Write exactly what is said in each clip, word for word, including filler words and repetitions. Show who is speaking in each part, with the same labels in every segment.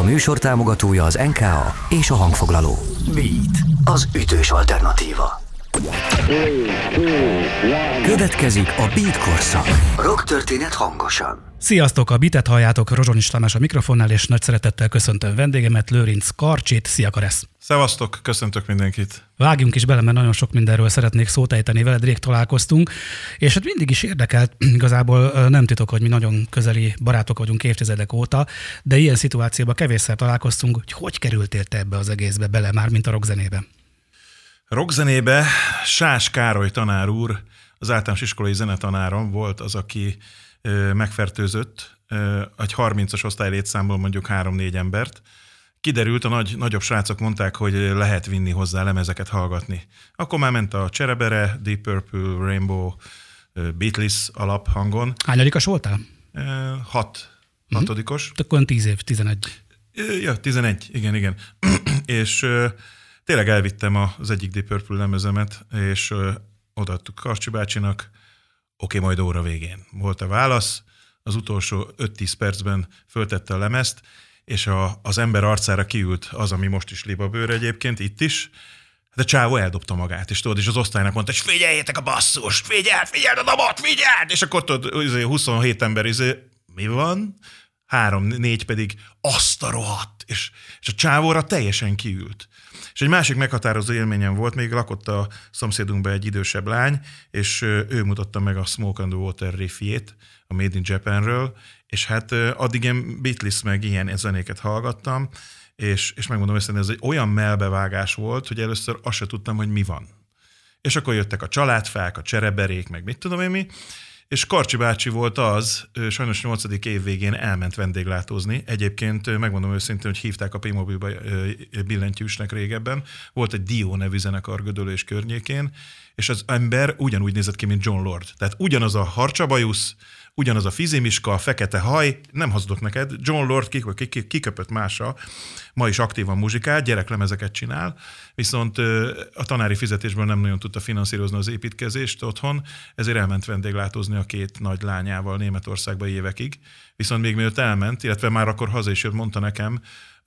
Speaker 1: műsor támogatója az en ká á és a hangfoglaló. Beat, az ütős alternatíva. Következik a Beat korszak. Rock történet hangosan.
Speaker 2: Sziasztok, a Beatet halljátok, Rozsonyis Tamás a mikrofonnál, és nagy szeretettel köszöntöm vendégemet, Lőrinc Karcsit. Szia, Karesz!
Speaker 3: Szevasztok, köszöntök mindenkit!
Speaker 2: Vágjunk is bele, mert nagyon sok mindenről szeretnék szót ejteni, veled rég találkoztunk, és hát mindig is érdekelt, igazából nem titok, hogy mi nagyon közeli barátok vagyunk évtizedek óta, de ilyen szituációban kevésszer találkoztunk, hogy hogy kerültél te ebbe az egészbe bele, már mint a rockzenébe?
Speaker 3: Rockzenébe Sás Károly tanár úr, az általános iskolai zenetanárom volt az, aki ö, megfertőzött ö, egy harmincas osztálylétszámból mondjuk három-négy embert. Kiderült, a nagy, nagyobb srácok mondták, hogy lehet vinni hozzá lemezeket hallgatni. Akkor már ment a Cserebere, Deep Purple, Rainbow, Beatles alaphangon.
Speaker 2: Hányadikas voltál?
Speaker 3: Hat. Uh-huh. Hatodikos.
Speaker 2: Akkor tíz év, tizenegy.
Speaker 3: Ja, tizenegy, igen, igen. És tényleg elvittem az egyik Deep Purple lemezemet, és odaadtuk Karcsi bácsinak, oké, majd óra végén. Volt a válasz, az utolsó öt-tíz percben föltette a lemezt, és a, az ember arcára kiült az, ami most is libabőr egyébként, itt is, de csávó eldobta magát, és tudod, és az osztálynak mondta, hogy figyeljétek a basszust, figyeld, figyeld a dobot, figyeld, és akkor tudod, huszonhét ember, izé, mi van? Három-négy pedig azt a rohadt, és, és a csávóra teljesen kiült. És egy másik meghatározó élményem volt, még lakott a szomszédunkban egy idősebb lány, és ő mutatta meg a Smoke on the Water riffjét, a Made in Japanről, és hát addig én Beatles meg ilyen zenéket hallgattam, és, és megmondom őszintén, ez egy olyan melbevágás volt, hogy először azt se tudtam, hogy mi van. És akkor jöttek a családfák, a csereberék, meg mit tudom én mi, és Karcsi bácsi volt az, sajnos nyolcadik év végén elment vendéglátózni. Egyébként megmondom őszintén, hogy hívták a P-Mobilba billentyűsnek régebben. Volt egy Dio nevű zenekar Gödöllő környékén, és az ember ugyanúgy nézett ki, mint John Lord. Tehát ugyanaz a harcsabajusz, ugyanaz a fizimiska, a fekete haj, nem hazudok neked, John Lord kiköpött másra, ma is aktívan muzsikál, gyereklemezeket csinál, viszont a tanári fizetésből nem nagyon tudta finanszírozni az építkezést otthon, ezért elment vendéglátózni a két nagy lányával Németországba évekig. Viszont még mielőtt elment, illetve már akkor haza is jött, mondta nekem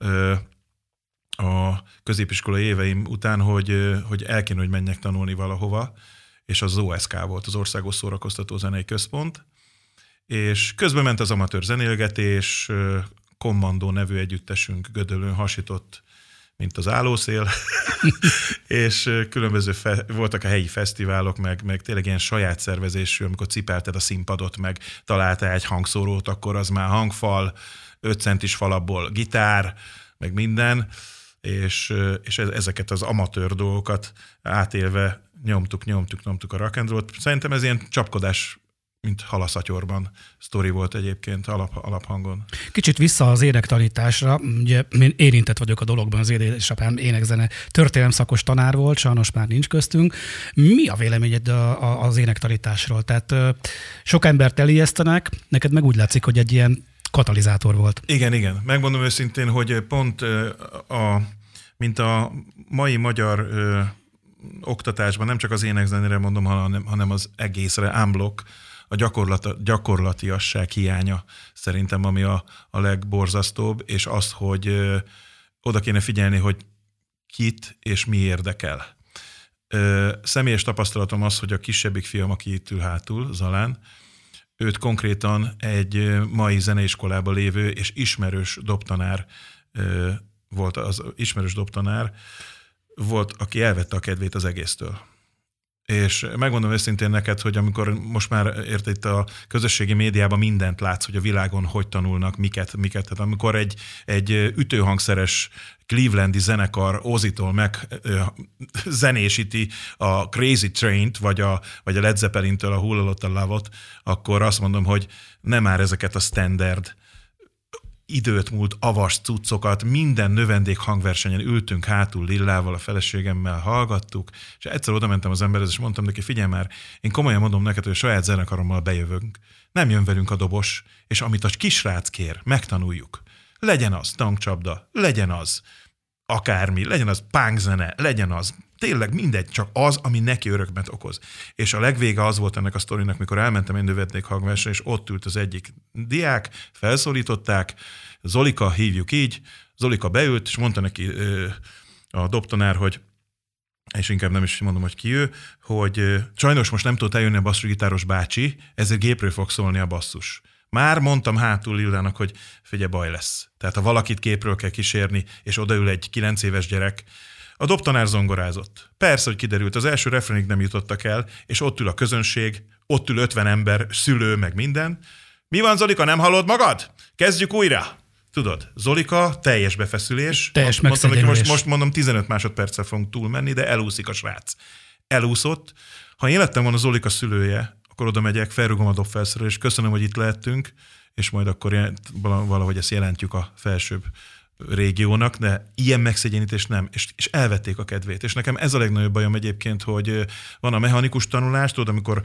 Speaker 3: a középiskolai éveim után, hogy, hogy el kéne, hogy menjek tanulni valahova, és az o es ká volt, az Országos Szórakoztató Zenei Központ, és közben ment az amatőr zenélgetés, Kommandó nevű együttesünk Gödöllőn hasított, mint az állószél, és különböző fe, voltak a helyi fesztiválok, meg, meg tényleg ilyen saját szervezésű, amikor cipelted a színpadot, meg találtál egy hangszórót, akkor az már hangfal, öt centis falabból gitár, meg minden, és, és ezeket az amatőr dolgokat átélve nyomtuk, nyomtuk, nyomtuk a rock and roll-t. Szerintem ez ilyen csapkodás, mint halaszatyorban sztori volt egyébként alap, alaphangon.
Speaker 2: Kicsit vissza az énektanításra, ugye én érintett vagyok a dologban, az édesapám énekzene történelemszakos tanár volt, sajnos már nincs köztünk. Mi a véleményed a, a, az énektanításról? Tehát sok embert elijesztenek, neked meg úgy látszik, hogy egy ilyen katalizátor volt.
Speaker 3: Igen, igen. Megmondom őszintén, hogy pont a, mint a mai magyar ö, oktatásban, nem csak az énekzenére mondom, hanem, hanem az egészre, unblock, a gyakorlat, gyakorlatiasság hiánya szerintem, ami a, a legborzasztóbb, és az, hogy ö, oda kéne figyelni, hogy kit és mi érdekel. Ö, személyes tapasztalatom az, hogy a kisebbik fiam, aki itt ül hátul, Zalán, őt konkrétan egy mai zeneiskolában lévő és ismerős dobtanár ö, volt, az ismerős dobtanár volt, aki elvette a kedvét az egésztől. És megmondom őszintén neked, hogy amikor most már érted itt a közösségi médiában mindent látsz, hogy a világon hogy tanulnak, miket, miket. Tehát amikor egy, egy ütőhangszeres clevelandi zenekar Ozzy-tól meg ö, zenésíti a Crazy Train-t, vagy a, vagy a Led Zeppelin-től a Who Lotta Love-ot, akkor azt mondom, hogy nem már ezeket a standard időt múlt avas cuccokat, minden növendék hangversenyen ültünk hátul Lillával, a feleségemmel, hallgattuk, és egyszer oda mentem az emberhez, és mondtam neki, figyelj már, én komolyan mondom neked, hogy a saját zenekarommal bejövünk, nem jön velünk a dobos, és amit a kisrác kér, megtanuljuk. Legyen az tankcsapda, legyen az akármi, legyen az punk zene, legyen az tényleg mindegy, csak az, ami neki örökmet okoz. És a legvége az volt ennek a sztorinak, mikor elmentem én növendék hangversenyre, és ott ült az egyik diák, felszólították, Zolika, hívjuk így, Zolika beült, és mondta neki ö, a dobtanár, hogy és inkább nem is mondom, hogy ki ő, hogy sajnos most nem tudott eljönni a basszusgitáros bácsi, ezért gépről fog szólni a basszus. Már mondtam hátul Lillának, hogy figyelj, baj lesz. Tehát ha valakit képről kell kísérni, és odaül egy kilenc éves gyerek, a dobtanár zongorázott. Persze, hogy kiderült, az első refrénig nem jutottak el, és ott ül a közönség, ott ül ötven ember, szülő, meg minden. Mi van, Zolika, nem hallod magad? Kezdjük újra! Tudod, Zolika, teljes befeszülés.
Speaker 2: Teljes
Speaker 3: Mondtam neki, most, most mondom, tizenöt másodperccel fogunk túlmenni, de elúszik a srác. Elúszott. Ha én lettem volna Zolika szülője, akkor oda megyek, felrugom a dobfelszerelést, köszönöm, hogy itt lehettünk, és majd akkor valahogy ezt jelentjük a felsőbb régiónak, de ilyen megszégyenítés nem, és, és elvették a kedvét. És nekem ez a legnagyobb bajom egyébként, hogy van a mechanikus tanulás, tudod, amikor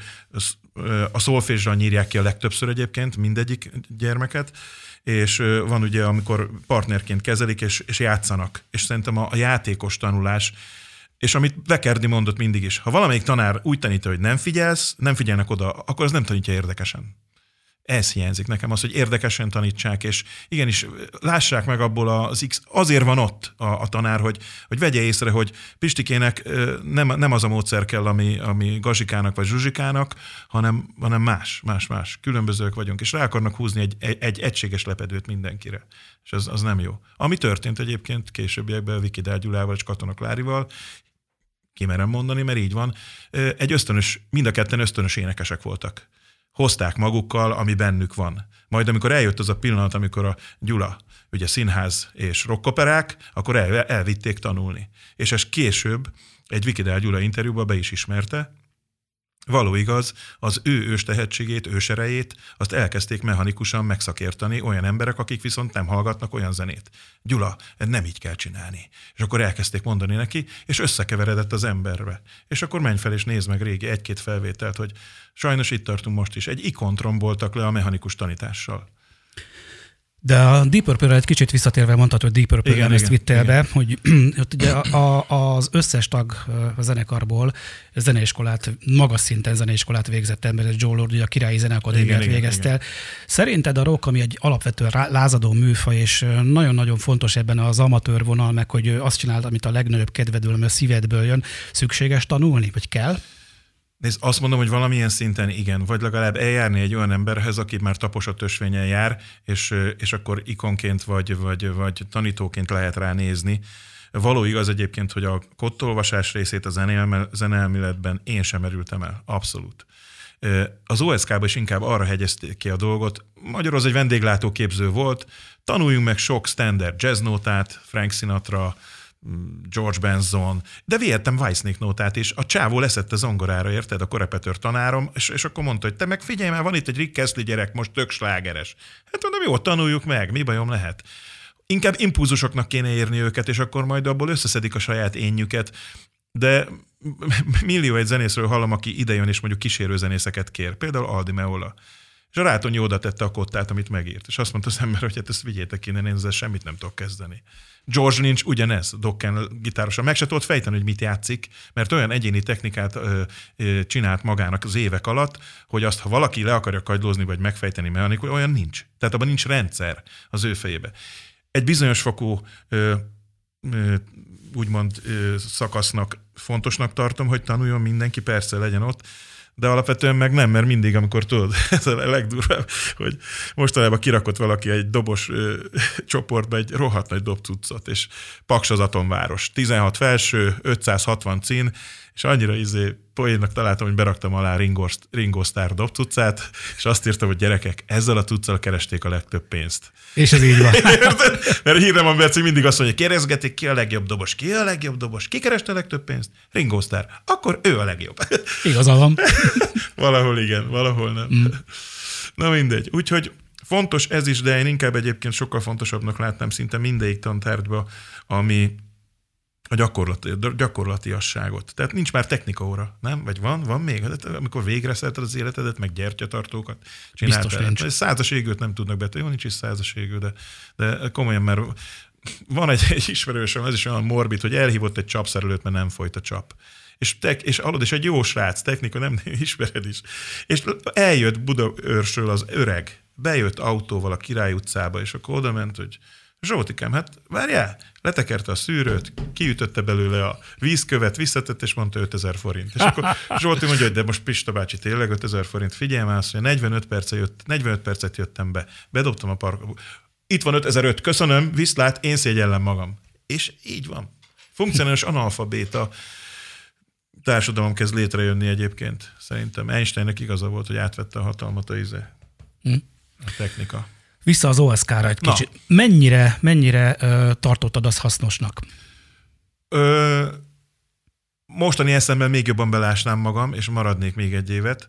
Speaker 3: a szolfézsra nyírják ki a legtöbbször egyébként mindegyik gyermeket, és van ugye, amikor partnerként kezelik, és, és játszanak. És szerintem a, a játékos tanulás, és amit Vekerdi mondott mindig is, ha valamelyik tanár úgy tanítja, hogy nem figyelsz, nem figyelnek oda, akkor az nem tanítja érdekesen. Ez hiányzik nekem, az, hogy érdekesen tanítsák, és igenis lássák meg abból az X, azért van ott a, a tanár, hogy, hogy vegye észre, hogy Pistikének nem, nem az a módszer kell, ami, ami Gazsikának vagy Zsuzsikának, hanem, hanem más, más, más. Különbözők vagyunk, és rá akarnak húzni egy, egy, egy egységes lepedőt mindenkire. És az, az nem jó. Ami történt egyébként későbbiekben Viki Dál Gyulával és Katona Klárival, kimerem mondani, mert így van, egy ösztönös, mind a ketten ösztönös énekesek voltak. Hozták magukkal, ami bennük van. Majd amikor eljött az a pillanat, amikor a Gyula, ugye színház és rockoperák, akkor el, elvitték tanulni. És ez később egy Viki Dál Gyula interjúban be is ismerte, való igaz, az ő ős tehetségét, őserejét, azt elkezdték mechanikusan megszakértani olyan emberek, akik viszont nem hallgatnak olyan zenét. Gyula, nem így kell csinálni. És akkor elkezdték mondani neki, és összekeveredett az emberbe. És akkor menj fel és nézd meg régi egy-két felvételt, hogy sajnos itt tartunk most is. Egy ikont romboltak le a mechanikus tanítással.
Speaker 2: De a Deep Purple-re egy kicsit visszatérve mondtad, hogy Deep Purple igen, ezt vitt el be, hogy ott ugye a, az összes tag a zenekarból zeneiskolát, magas szinten zeneiskolát végzett ember, ez Joe Lord, ugye a Királyi Zeneakadémiát végezte el. Szerinted a rock, ami egy alapvetően lázadó műfaj, és nagyon-nagyon fontos ebben az amatőr vonal, meg hogy azt csináld, amit a legnagyobb kedvedből, ami a szívedből jön, szükséges tanulni, vagy kell?
Speaker 3: Nézd, azt mondom, hogy valamilyen szinten igen, vagy legalább eljárni egy olyan emberhez, aki már taposott ösvényen jár, és, és akkor ikonként vagy, vagy, vagy tanítóként lehet rá nézni. Való igaz egyébként, hogy a kottolvasás részét a zeneelméletben én sem merültem el, abszolút. Az o es ká-ban is inkább arra hegyezték ki a dolgot, magyarul az egy vendéglátóképző volt, tanuljunk meg sok standard jazznótát, Frank Sinatra, George Benson, de vihettem Whitesnake nótát is. A csávó leszette zongorára, érted, a korepetőr tanárom, és, és akkor mondta, hogy te meg figyelj már, van itt egy Rick Astley gyerek, most tök slágeres. Hát mondom, jó, tanuljuk meg, mi bajom lehet. Inkább impulzusoknak kéne érni őket, és akkor majd abból összeszedik a saját énjüket, de millió egy zenészről hallom, aki idejön, és mondjuk kísérő zenészeket kér, például Aldi Meola. És a Rátonyi oda tette a kottát, amit megírt. És azt mondta az ember, hogy hát ezt vigyétek innen, én ezzel semmit nem tudok kezdeni. George Lynch ugyanez, Dokken gitárosan. Meg se tudott fejteni, hogy mit játszik, mert olyan egyéni technikát ö, ö, csinált magának az évek alatt, hogy azt, ha valaki le akarja kagylózni, vagy megfejteni mechanikul, olyan nincs. Tehát abban nincs rendszer az ő fejébe. Egy bizonyos fokú ö, ö, úgymond ö, szakasznak fontosnak tartom, hogy tanuljon mindenki, persze legyen ott, de alapvetően meg nem, mert mindig, amikor tudod, ez a legdurvább, hogy mostanában kirakott valaki egy dobos ö, csoportba egy rohadt nagy dobcuccot, és Paks az Atomváros. tizenhat felső, ötszázhatvan cín, és annyira izé poénnak találtam, hogy beraktam alá Ringo, Ringo Starr dobcuccát, és azt írtam, hogy gyerekek, ezzel a cuccal keresték a legtöbb pénzt.
Speaker 2: És ez így van.
Speaker 3: Mert Hírnem Berci mindig azt mondja, kérdezgetik, ki a legjobb dobos, ki a legjobb dobos, ki kereste a legtöbb pénzt? Ringo Starr. Akkor ő a legjobb.
Speaker 2: Igazad van.
Speaker 3: Valahol igen, valahol nem. Mm. Na mindegy. Úgyhogy fontos ez is, de én inkább egyébként sokkal fontosabbnak látnám szinte mindegyik tantárgyba, ami a gyakorlati, gyakorlatiasságot. Tehát nincs már technikaóra, nem? Vagy van? Van még? Amikor végre szereted az életedet, meg gyertyatartókat csináltál. Biztos nincs. Százas égőt nem tudnak betölteni. Jó, nincs is százas égő, de, de komolyan, mert van egy, egy ismerősöm, ez is olyan morbid, hogy elhívott egy csapszerelőt, mert nem folyt a csap. És, tek, és alud, és egy jó srác, technika, nem ismered is. És eljött Budaörsről az öreg, bejött autóval a Király utcába, és akkor oda ment, hogy Zsoltikám, hát várjál, letekerte a szűrőt, kiütötte belőle a vízkövet, visszatett, és mondta ötezer forint. És akkor Zsolti mondja, hogy de most Pista bácsi, tényleg ötezer forint, figyelj már, azt mondja, negyvenöt percet, jött, negyvenöt percet jöttem be, bedobtam a parkba. Itt van ötezer-öt, köszönöm, viszlát, én szégyellem magam. És így van. Funkcionális analfabéta társadalom kezd létrejönni egyébként. Szerintem Einsteinnek igaza volt, hogy átvette a hatalmat a ize. Hm. A technika.
Speaker 2: Vissza az o es ká-ra egy kicsit. Na. Mennyire, mennyire ö, tartottad azt hasznosnak?
Speaker 3: Ö, mostani eszemben még jobban belásnám magam, és maradnék még egy évet,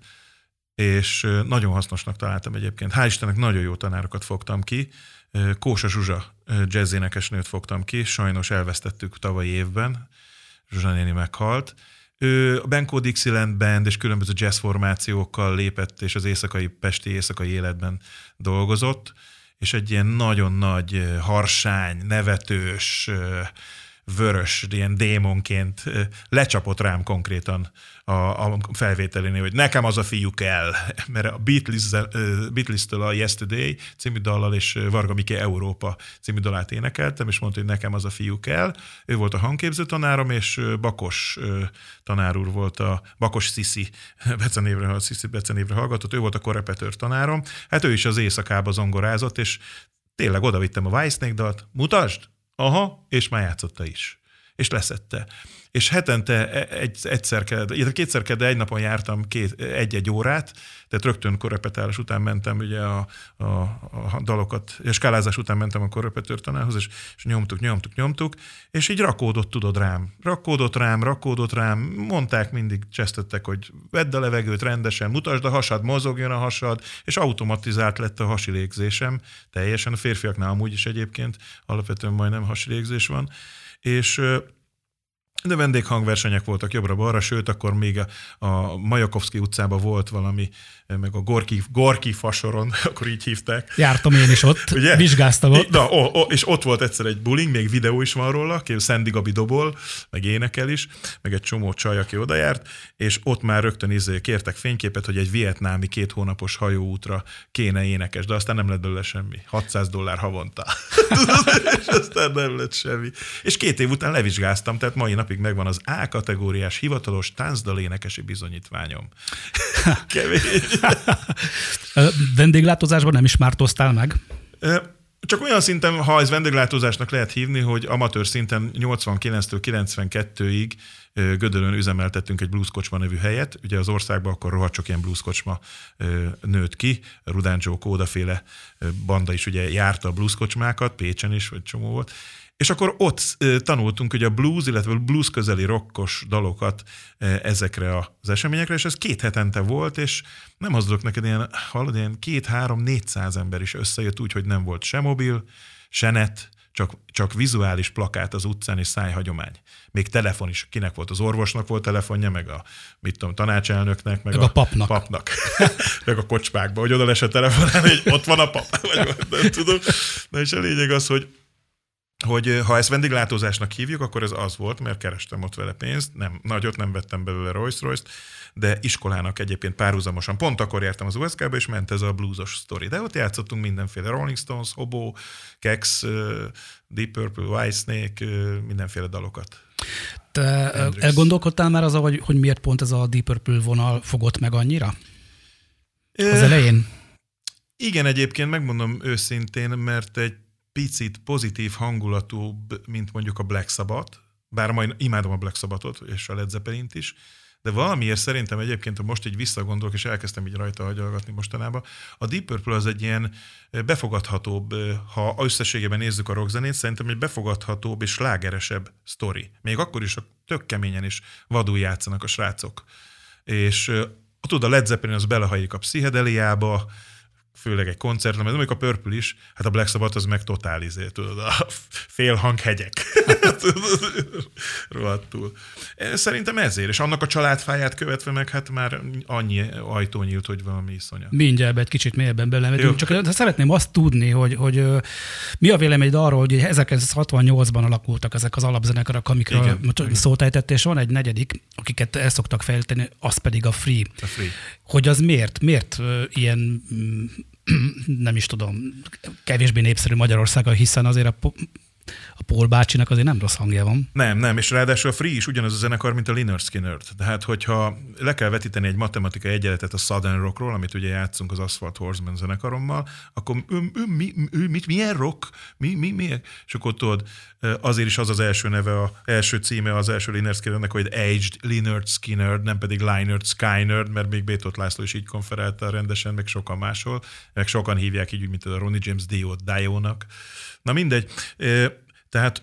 Speaker 3: és nagyon hasznosnak találtam egyébként. Hál' Istennek nagyon jó tanárokat fogtam ki. Kósa Zsuzsa jazzénekesnőt fogtam ki, sajnos elvesztettük tavalyi évben. Zsuzsa néni meghalt. Ő a Benko Dixieland Band és különböző jazz formációkkal lépett, és az éjszakai, pesti éjszakai életben dolgozott, és egy ilyen nagyon nagy, harsány, nevetős, vörös, ilyen démonként lecsapott rám konkrétan a, a felvételénél, hogy nekem az a fiú kell, mert a Beatles-től a Yesterday című dallal és Varga Miké Európa című dalát énekeltem, és mondta, hogy nekem az a fiú kell. Ő volt a hangképző tanárom, és Bakos tanár úr volt a Bakos Sziszi becenévre, Sziszi becenévre hallgatott, ő volt a korrepetőr tanárom. Hát ő is az éjszakába zongorázott, és tényleg oda vittem a Whitesnake dalt, mutasd! Aha, és már játszotta is. És leszette. És hetente egy, egyszer kell, illetve kétszer kell, de egy napon jártam két, egy-egy órát, tehát rögtön korrepetálás után mentem ugye a, a, a dalokat, és skálázás után mentem a korrepetőr tanárhoz, és, és nyomtuk, nyomtuk, nyomtuk, és így rakódott, tudod rám. Rakódott rám, rakódott rám, mondták, mindig csesztettek, hogy vedd a levegőt rendesen, mutasd a hasad, mozogjon a hasad, és automatizált lett a hasi légzésem, teljesen a férfiaknál amúgy is egyébként, alapvetően majdnem hasi légzés van, és de vendéghangversenyek voltak jobbra-balra, sőt, akkor még a, a Majakovszky utcában volt valami, meg a Gorki, Gorki fasoron, akkor így hívták.
Speaker 2: Jártam én is ott, ugye? Vizsgáztam ott.
Speaker 3: Na, ó, ó, és ott volt egyszer egy bullying, még videó is van róla, Szendi Gabi dobol, meg énekel is, meg egy csomó csaj, aki oda járt, és ott már rögtön izé kértek fényképet, hogy egy vietnámi két hónapos hajóútra kéne énekes, de aztán nem lett belőle semmi. hatszáz dollár havonta. És aztán nem lett semmi. És két év után levizsgáztam, tehát mai napig megvan az A kategóriás hivatalos táncdal énekesi bizonyítványom. Kevés.
Speaker 2: Vendéglátózásban nem is mártoztál meg?
Speaker 3: Csak olyan szinten, ha ez vendéglátózásnak lehet hívni, hogy amatőr szinten nyolcvankilenctől kilencvenkettőig Gödöllőn üzemeltettünk egy blueskocsma nevű helyet. Ugye az országban akkor rohadt sok ilyen blueskocsma nőtt ki. Rudán Joe Kódaféle banda is ugye járta a blueskocsmákat, Pécsen is, vagy csomó volt. És akkor ott tanultunk, hogy a blues, illetve a blues közeli rockos dalokat ezekre az eseményekre, és ez két hetente volt, és nem hazdulok neked, ilyen, hallod, ilyen két-három-négyszáz ember is összejött úgy, hogy nem volt se mobil, se net, csak, csak vizuális plakát az utcán és szájhagyomány. Még telefon is, kinek volt, az orvosnak volt telefonja, meg a, mit tudom, tanácselnöknek, meg, meg a, a
Speaker 2: papnak.
Speaker 3: papnak. Meg a kocsmákba, hogy oda leesett telefonálni, hogy ott van a pap, vagy nem tudom. Na és a lényeg az, hogy hogy ha ezt vendéglátózásnak hívjuk, akkor ez az volt, mert kerestem ott vele pénzt, nem, nagyot nem vettem belőle Rolls-Royce-t, de iskolának egyébként párhuzamosan, pont akkor jártam az u es ká-ba, és ment ez a bluesos sztori. De ott játszottunk mindenféle Rolling Stones, Hobo, Kex, Deep Purple, Whitesnake, mindenféle dalokat.
Speaker 2: Te Hendrix. Elgondolkodtál már azon, hogy, hogy miért pont ez a Deep Purple vonal fogott meg annyira? Az elején?
Speaker 3: Igen, egyébként megmondom őszintén, mert egy picit pozitív hangulatúbb, mint mondjuk a Black Sabbath, bár majd imádom a Black Sabbathot és a Led Zeppelint is, de valamiért szerintem egyébként, ha most így visszagondolok, és elkezdtem így rajta hagyalgatni mostanában, a Deep Purple az egy ilyen befogadhatóbb, ha összességében nézzük a rockzenét, szerintem egy befogadhatóbb és slágeresebb sztori. Még akkor is tök keményen is vadul játszanak a srácok. És tudod, a Led Zeppelin az belehajlik a pszichedeliába, főleg egy koncertlemez, mondjuk a Purple is, hát a Black Sabbath az meg totál izé, tudod, a félhanghegyek. Rohadtul. Szerintem ezért, és annak a családfáját követve meg hát már annyi ajtó nyílt, hogy valami iszonyat.
Speaker 2: Mindjárt egy kicsit mélyebben belemegyünk, csak szeretném azt tudni, hogy, hogy mi a véleményed arról, hogy ezerkilencszázhatvannyolcban alakultak ezek az alapzenekarak, amikről igen, szót ejtett, és van egy negyedik, akiket el szoktak fejleszteni, az pedig a Free.
Speaker 3: A Free.
Speaker 2: Hogy az miért? Miért ilyen, nem is tudom, kevésbé népszerű Magyarországon, hiszen azért a A Paul bácsinak azért nem rossz hangja van.
Speaker 3: Nem, nem, és ráadásul a Free is ugyanaz a zenekar, mint a Lynyrd Skynyrd. Tehát, hogyha le kell vetíteni egy matematikai egyenletet a Southern Rockról, amit ugye játszunk az Asphalt Horseman zenekarommal, akkor ő, ő, mi, ő, mit, milyen rock? Mi, mi, mi? És akkor tudod, azért is az az első neve, az első címe az első Lynyrd Skynyrdnek, hogy Aged Lynyrd Skynyrd, nem pedig Lynyrd Skynyrd, mert még Bétót László is így konferálta rendesen, meg sokan máshol, meg sokan hívják így, mint a Ronnie James Dio, Dio-nak. Na mindegy. Tehát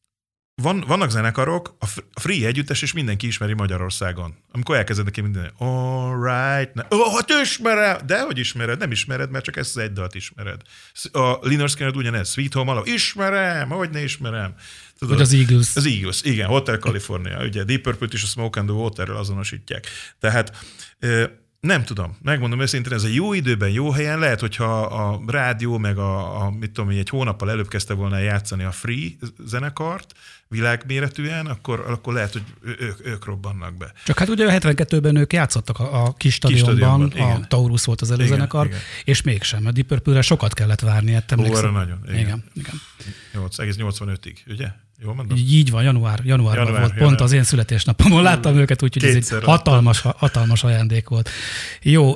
Speaker 3: van, vannak zenekarok, a Free együttes, és mindenki ismeri Magyarországon. Amikor elkezdednek ki minden, all right, ne, oh, hát ismerem, de hogy ismered, nem ismered, mert csak ezt az egy dalt ismered. A Lynyrd Skynyrd ugyanez, Sweet Home Alabama, ismerem, hogy ne ismerem.
Speaker 2: Tudod, vagy az Eagles.
Speaker 3: Az Eagles, igen, Hotel California, ugye Deep Purple-t is a Smoke and the Waterrel azonosítják. Tehát nem tudom, megmondom őszintén, ez a jó időben, jó helyen, lehet, hogyha a rádió, meg a, a mit tudom, egy hónappal előbb kezdte volna játszani a Free zenekart, világméretűen, akkor, akkor lehet, hogy ők, ők robbannak be.
Speaker 2: Csak hát ugye a hetvenkettőben ők játszottak a, a kis stadionban, kis stadionban a Taurus volt az előzenekar, igen, és mégsem, a Deep Purple-re sokat kellett várni.
Speaker 3: Ó, arra nagyon.
Speaker 2: Igen, igen. igen.
Speaker 3: nyolc, egész nyolcvanötig, ugye? Jól mondom?
Speaker 2: Így van, január, januárban január, volt, január. Pont az én születésnapomon láttam őket, úgyhogy ez egy hatalmas, hatalmas ajándék volt. Jó,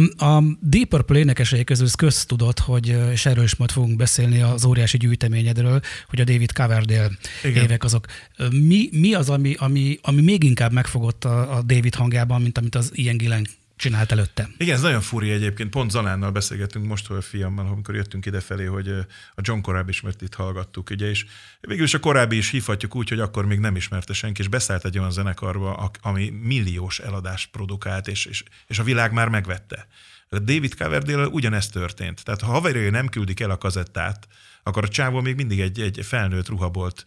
Speaker 2: a Deep Purple énekesei közül köztudott, hogy, és erről is majd fogunk beszélni az óriási gyűjteményedről, hogy a David Coverdale igen. évek azok. Mi, mi az, ami, ami, ami még inkább megfogott a, a David hangjában, mint amit az Ian Gillan csinált előtte?
Speaker 3: Igen, ez nagyon furi egyébként. Pont Zalánnal beszélgettünk most, hogy a fiammal, amikor jöttünk idefelé, hogy a John Corabi ismert itt hallgattuk, ugye, és végül is a korábbi is hívhatjuk úgy, hogy akkor még nem ismerte senki, és beszállt egy olyan zenekarba, ami milliós eladást produkált, és, és, és a világ már megvette. A David Coverdale ugyanezt történt. Tehát ha haverjai nem küldik el a kazettát, akkor a csávó még mindig egy, egy felnőtt ruhabolt,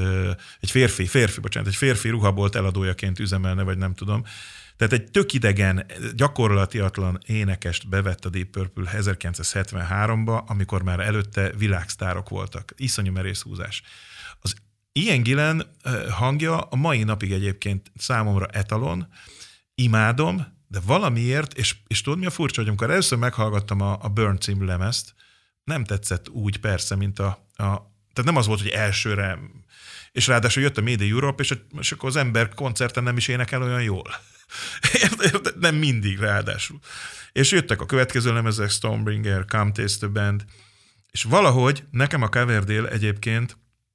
Speaker 3: egy férfi, férfi, bocsánat, egy férfi ruhabolt eladójaként üzemelne, vagy nem tudom. Tehát egy tök idegen, gyakorlatiatlan énekest bevett a Deep Purple ezerkilencszázhetvenháromba, amikor már előtte világsztárok voltak. Iszonyú merész húzás. Az Ian Gillan hangja a mai napig egyébként számomra etalon, imádom, de valamiért, és, és tudod mi a furcsa, hogy amikor először meghallgattam a, a Burn című lemezt, nem tetszett úgy persze, mint a, a... Tehát nem az volt, hogy elsőre... És ráadásul jött a Made in Europe, és, és akkor az ember koncerten nem is énekel olyan jól. Nem mindig ráadásul. És jöttek a következő lemezek, Stonebringer, Come Taste the Band, és valahogy nekem a Coverdale egyébként,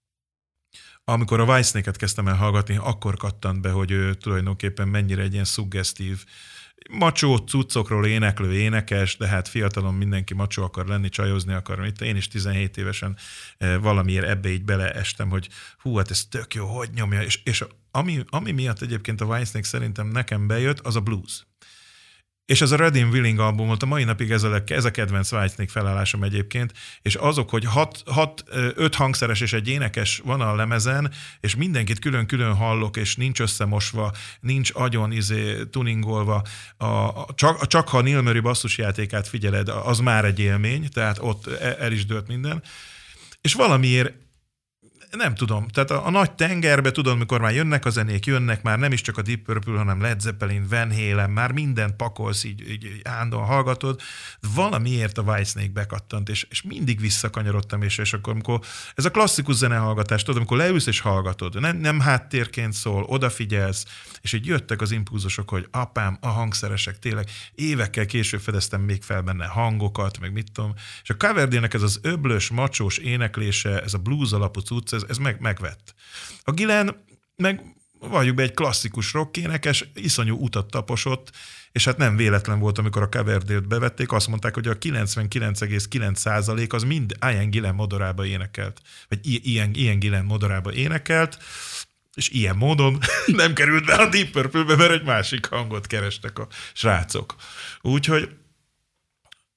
Speaker 3: amikor a Whitesnake-et kezdtem el hallgatni, akkor kattant be, hogy ő tulajdonképpen mennyire egy ilyen szuggesztív, macsó cuccokról éneklő énekes, de hát fiatalon mindenki macsó akar lenni, csajozni akar. Én is tizenhét évesen valamiért ebbe így beleestem, hogy hú, hát ez tök jó, hogy nyomja. És, és ami, ami miatt egyébként a Whitesnake szerintem nekem bejött, az a blues. És ez a Ready and Willing album volt, a mai napig ez a, ez a kedvenc Whitesnake felállásom egyébként, és azok, hogy hat, hat, öt hangszeres és egy énekes van a lemezen, és mindenkit külön-külön hallok, és nincs összemosva, nincs agyon izé, tuningolva, a, a, csak, a, csak ha a Neil Murray basszusjátékát figyeled, az már egy élmény, tehát ott el is dőlt minden. És valamiért nem tudom, tehát a, a nagy tengerbe, tudod, mikor már jönnek a zenék, jönnek már nem is csak a Deep Purple, hanem Led Zeppelin, Van Halen, már mindent pakolsz, így, így, így állandóan hallgatod, valamiért a Whitesnake bekattant, és, és mindig visszakanyarodtam, és, és akkor, amikor ez a klasszikus zenehallgatás, tudod, amikor leülsz és hallgatod, nem, nem háttérként szól, odafigyelsz, és így jöttek az impulzusok, hogy apám, a hangszeresek, tényleg évekkel később fedeztem még fel benne hangokat, meg mit tudom, és a Coverdale-nek ez az öblös, macsós éneklése, ez a blues alapú cucc, ez, ez meg, megvett. A Gillan meg valljuk be egy klasszikus rockénekes, iszonyú utat taposott, és hát nem véletlen volt, amikor a Coverdale-t bevették, azt mondták, hogy a kilencvenkilenc egész kilenc százalék az mind Ian Gillan modorába énekelt, vagy Ian, Ian Gillan modorába énekelt, és ilyen módon nem került be a Deep Purple-be, mert egy másik hangot kerestek a srácok. Úgyhogy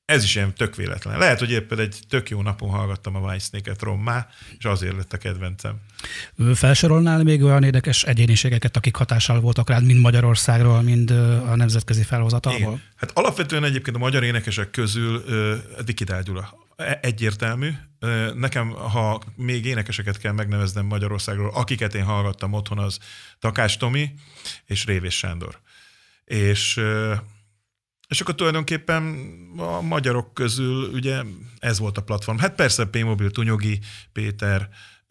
Speaker 3: ez is ilyen tök véletlen. Lehet, hogy éppen egy tök jó napon hallgattam a Whitesnake-et rommá, és azért lett a kedvencem.
Speaker 2: Felsorolnál még olyan érdekes egyéniségeket, akik hatással voltak rád, mind Magyarországról, mind a nemzetközi felhozatalból?
Speaker 3: Igen. Hát alapvetően egyébként a magyar énekesek közül uh, Dikidál Gyula. Egyértelmű. Nekem, ha még énekeseket kell megneveznem Magyarországról, akiket én hallgattam otthon, az Takás Tomi és Révés Sándor. És, és akkor tulajdonképpen a magyarok közül ugye ez volt a platform. Hát persze P-Mobil, Tunyogi, Péter,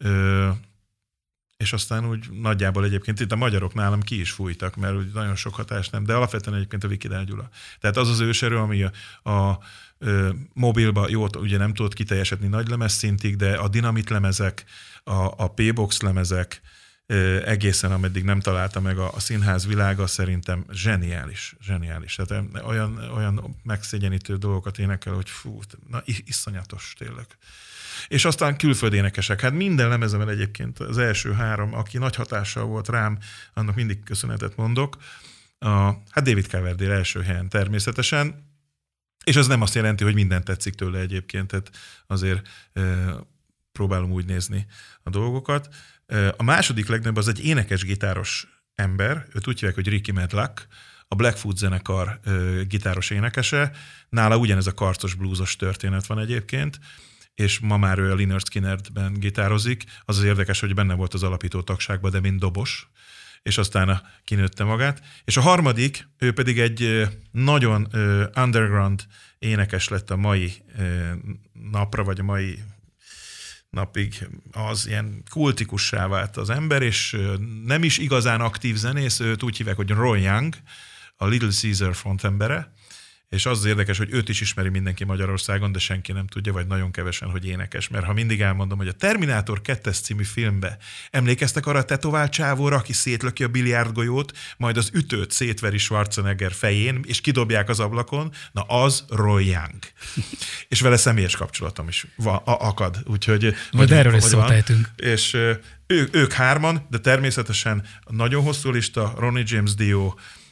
Speaker 3: és aztán úgy nagyjából egyébként itt a magyarok nálam ki is fújtak, mert úgy nagyon sok hatás nem, de alapvetően egyébként a Dikidál Gyula. Tehát az az őserő, ami a, a ö, mobilba jó, ugye nem tudott kiteljesedni nagy lemez szintig, de a dinamit lemezek, a, a P-box lemezek ö, egészen, ameddig nem találta meg a, a színház világa, szerintem zseniális, zseniális. Tehát olyan, olyan megszégyenítő dolgokat énekel, hogy fú, na, iszonyatos tényleg. És aztán külföldi énekesek. Hát minden lemezemen egyébként az első három, aki nagy hatással volt rám, annak mindig köszönetet mondok. A, hát David Coverdale első helyen természetesen, és ez nem azt jelenti, hogy minden tetszik tőle egyébként, tehát azért e, próbálom úgy nézni a dolgokat. E, a második legnagyobb az egy énekes-gitáros ember, őt úgy hívják, hogy Ricky Medlach, a Blackfoot zenekar e, gitáros énekese. Nála ugyanez a karcos bluesos történet van egyébként, és ma már ő a Lynyrd Skynyrdben gitározik. Az az érdekes, hogy benne volt az alapító tagságban, de mint dobos, és aztán kinőtte magát. És a harmadik, ő pedig egy nagyon underground énekes lett a mai napra, vagy a mai napig, az ilyen kultikussá vált az ember, és nem is igazán aktív zenész, őt úgy hívják, hogy Roy Young, a Little Caesar frontembere, és az, az érdekes, hogy őt is ismeri mindenki Magyarországon, de senki nem tudja, vagy nagyon kevesen, hogy énekes. Mert ha mindig elmondom, hogy a Terminátor kettes című filmbe emlékeztek arra a tetovált csávóra, aki szétlöki a biliárdgolyót, majd az ütőt szétveri Schwarzenegger fején, és kidobják az ablakon, na az Roy Young. És vele személyes kapcsolatom is va, a, akad. Úgyhogy,
Speaker 2: majd erről is szót ejtünk.
Speaker 3: És ő, ők hárman, de természetesen nagyon hosszú lista, Ronnie James Dio,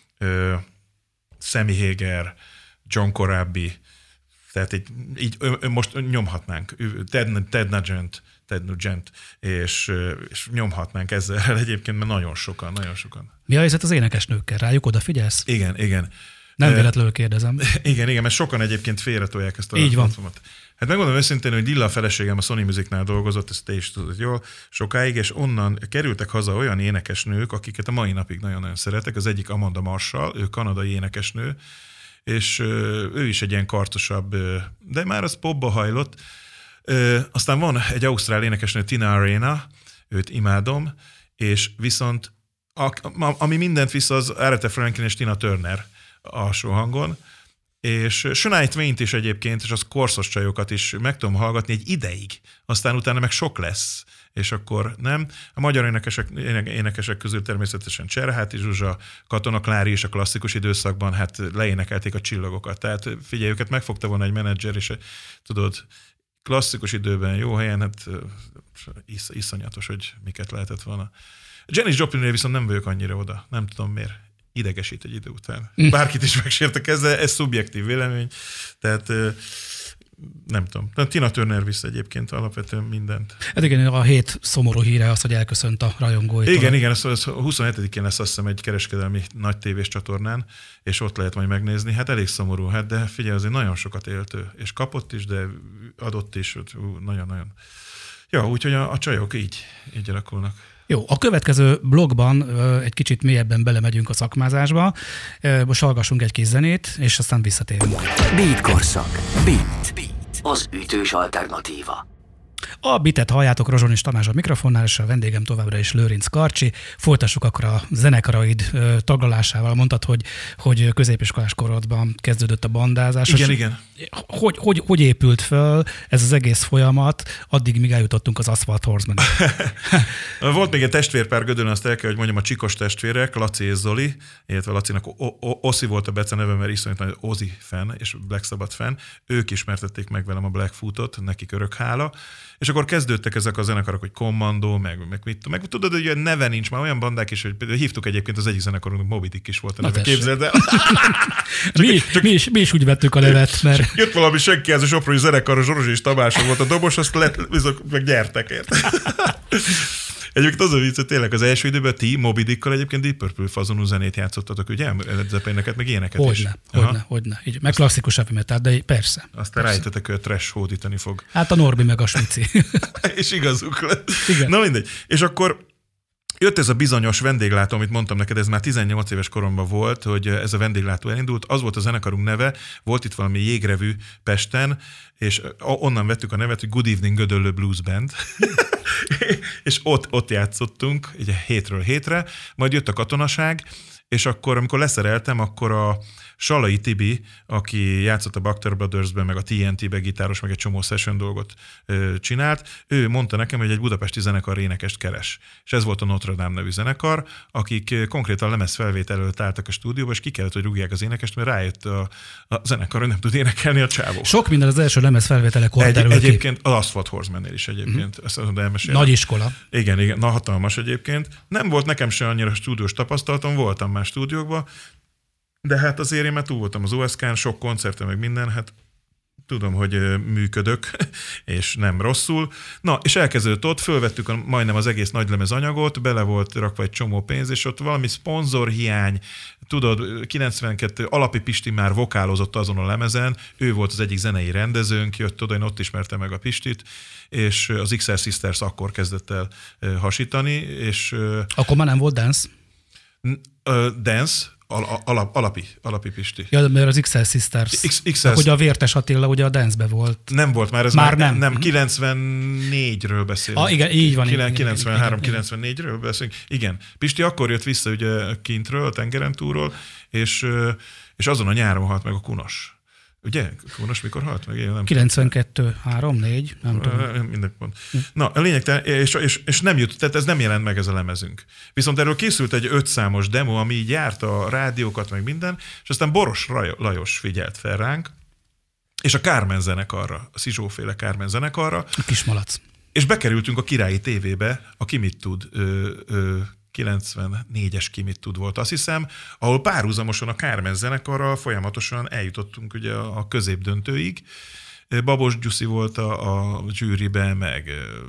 Speaker 3: Sammy Hagar, John Corabi, tehát így, így most nyomhatnánk, Ted, Ted Nugent, Ted Nugent, és, és nyomhatnánk ezzel egyébként, mert nagyon sokan, nagyon sokan.
Speaker 2: Mi a helyzet az énekesnőkkel? Rájuk odafigyelsz?
Speaker 3: Igen, igen.
Speaker 2: Nem véletlenül kérdezem.
Speaker 3: Igen, igen, mert sokan egyébként félretolják ezt a
Speaker 2: így van.
Speaker 3: platformot. Hát megmondom őszintén, hogy Dilla feleségem a Sony Musicnál dolgozott, ezt te is tudod jól, sokáig, és onnan kerültek haza olyan énekesnők, akiket a mai napig nagyon-nagyon szeretek. Az egyik Amanda Marshall, ő kanadai énekesnő, és ő is egy ilyen karcosabb, de már az popba hajlott. Aztán van egy ausztrál énekesnő, Tina Arena, őt imádom, és viszont ami mindent visz, az Aretha Franklin és Tina Turner alsó hangon, és Shania Twain-t is egyébként, és az korszos csajokat is meg tudom hallgatni egy ideig, aztán utána meg sok lesz, és akkor nem. A magyar énekesek, énekesek közül természetesen Cserháti Zsuzsa, Katona Klári is a klasszikus időszakban hát leénekelték a csillagokat. Tehát figyelj, őket megfogta volna egy menedzser, és tudod, klasszikus időben jó helyen, hát isz, iszonyatos, hogy miket lehetett volna. Janis Joplinnél viszont nem vagyok annyira oda, nem tudom miért. Idegesít egy idő után. Bárkit is megsértek ezzel, ez szubjektív vélemény, tehát nem tudom. De Tina Turner visz egyébként alapvetően mindent.
Speaker 2: Hát igen, a hét szomorú híre az, hogy elköszönt a rajongóitól.
Speaker 3: Igen, igen, ez, ez huszonhetedikén lesz azt hiszem egy kereskedelmi nagy tévés csatornán, és ott lehet majd megnézni. Hát elég szomorú, hát de figyelj, azért nagyon sokat élt ő, és kapott is, de adott is, nagyon-nagyon. Ja, úgyhogy a, a csajok így, így alakulnak.
Speaker 2: Jó, a következő blogban egy kicsit mélyebben belemegyünk a szakmázásba. Most hallgassunk egy kis zenét, és aztán visszatérünk.
Speaker 1: Beat korszak. Beat. Beat. Az ütős alternatíva.
Speaker 2: A Beatet halljátok, Rozsonis Tamás a mikrofonnál, és a vendégem továbbra is Lőrinc Karcsi. Folytassuk akkor a zenekaraid taglalásával. Mondtad, hogy, hogy középiskolás korodban kezdődött a bandázás.
Speaker 3: Igen, igen.
Speaker 2: Hogy, hogy, hogy épült föl ez az egész folyamat, addig, míg eljutottunk az Asphalt Horseman.
Speaker 3: Volt még egy testvérpár Gödön, azt el kell, hogy mondjam, a Csikos testvérek, Laci és Zoli, illetve Lacinak Oszi volt a beceneve, mert iszonyatosan Ozzy fan és Black Sabbath fan. Ők ismertették meg velem a Blackfootot, nekik örök hála. és akkor kezdődtek ezek a zenekarok, hogy Kommandó, meg, meg mit meg tudod, hogy olyan neve nincs, már olyan bandák is, hogy hívtuk egyébként az egyik zenekarunknak, Moby Dick is volt a neve, képzeld el.
Speaker 2: mi, csak, mi, is, mi is úgy vettük a nevet, mert...
Speaker 3: Jött valami senki, ez a soproni zenekar, a Zsoros és Tamáson volt a dobos, azt lett, bizok, meg gyertek ért. Egyébként az a vicc, hogy tényleg az első időben ti Moby Dickkal egyébként Deep Purple fazonú zenét játszottatok, ugye? Led Zeppelineket, meg ilyeneket
Speaker 2: hogyne,
Speaker 3: is.
Speaker 2: Hogyne, hogyne, hogyne. Így, meg klasszikus heavy metal, de persze.
Speaker 3: Aztán rájöttetek, hogy a trash hódítani fog.
Speaker 2: Hát a Norbi meg a Smici.
Speaker 3: És igazuk lett.
Speaker 2: Igen.
Speaker 3: Na mindegy. És akkor jött ez a bizonyos vendéglátó, amit mondtam neked, ez már tizennyolc éves koromban volt, hogy ez a vendéglátó elindult. Az volt a zenekarunk neve, volt itt valami jégrevű Pesten, és onnan vettük a nevet, hogy Good Evening Gödöllő Blues Band. És ott, ott játszottunk, ugye hétről hétre, majd jött a katonaság, és akkor, amikor leszereltem, akkor a Salai Tibi, aki játszott a Bakter Brothers-ben, meg a té en té-be gitáros, meg egy csomó session dolgot ö, csinált, ő mondta nekem, hogy egy budapesti zenekar énekest keres. És ez volt a Notre Dame nevű zenekar, akik konkrétan lemezfelvétel előtt álltak a stúdióba, és ki kellett, hogy rúgják az énekest, mert rájött a, a zenekar, hogy nem tud énekelni a csávó.
Speaker 2: Sok minden az első lemezfelvételekor
Speaker 3: egy,
Speaker 2: derül
Speaker 3: Egyébként
Speaker 2: ki.
Speaker 3: az Asphalt Horseman-nél is egyébként. Mm-hmm. Ezt tudom elmesélni.
Speaker 2: Nagy iskola.
Speaker 3: Igen, igen, na hatalmas egyébként. Nem volt nekem se annyira stúdiós tapasztalatom, voltam már stúdiókban, de hát azért én már túl voltam az o es ká-n, sok koncerten, meg minden, hát tudom, hogy működök, és nem rosszul. Na, és elkezdődött ott, fölvettük a, majdnem az egész nagylemez anyagot, bele volt rakva egy csomó pénz, és ott valami szponzorhiány, tudod, kilencvenkettő Alapi Pisti már vokálozott azon a lemezen, ő volt az egyik zenei rendezőnk, jött oda, én ott ismertem meg a Pistit, és az iksz er Sisters akkor kezdett el hasítani, és...
Speaker 2: Akkor már nem volt dance?
Speaker 3: Dance, Al- alap, alapi, alapi Pisti.
Speaker 2: Ja, mert az iksz er Sisters.
Speaker 3: X- iksz er...
Speaker 2: Ugye a Vértes Attila ugye a dance-be volt.
Speaker 3: Nem volt már, ez
Speaker 2: már,
Speaker 3: már
Speaker 2: nem.
Speaker 3: nem, kilencvennégyről beszélünk.
Speaker 2: Ah, igen, így van.
Speaker 3: kilencvenhárom kilencvennégyről beszélünk. Igen. Pisti akkor jött vissza ugye kintről, a tengeren túlról, és, és azon a nyáron halt meg a Kunos. Ugye? Kunos mikor halt meg? Én nem
Speaker 2: kilencvenkettő, három, négy, nem tudom.
Speaker 3: Minden pont. Na, a lényeg, és, és, és nem jut, tehát ez nem jelent meg ez a lemezünk. Viszont erről készült egy ötszámos demo, ami így járt a rádiókat, meg minden, és aztán Boros Lajos figyelt fel ránk, és a Kármen zenekarra, a Szizsóféle Kármen zenekarra.
Speaker 2: A Kismalac.
Speaker 3: És bekerültünk a Királyi tévébe, a Ki mit tud, ö, ö, kilencvennégyes Ki mit tud volt, azt hiszem, ahol párhuzamosan a Kármen zenekarral folyamatosan eljutottunk ugye a középdöntőig. Babos Gyuszi volt a, a zsűribe, meg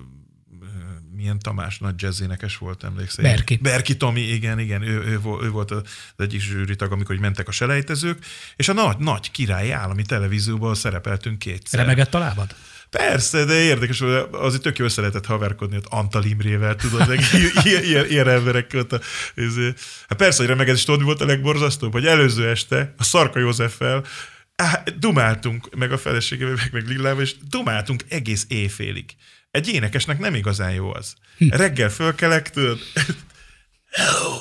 Speaker 3: milyen Tamás nagy jazzénekes volt, emlékszel?
Speaker 2: Berki.
Speaker 3: Berki Tomi, igen, igen, ő, ő, ő volt az egyik zsűritag, amikor mentek a selejtezők, és a nagy, nagy királyi állami televízióban szerepeltünk kétszer.
Speaker 2: Remegett a lábad?
Speaker 3: Persze, de érdekes, azért tök jó össze lehetett haverkodni ott Antal Imrével, tudod, meg ilyen, ilyen, ilyen emberekkel. Ott a, hát persze, hogy remeged, és tudod, mi volt a legborzasztóbb, hogy előző este a Szarka Józseffel dumáltunk, meg a feleségével, meg, meg Lillával, és dumáltunk egész éjfélig. Egy énekesnek nem igazán jó az. Reggel fölkelek, tudod, hello!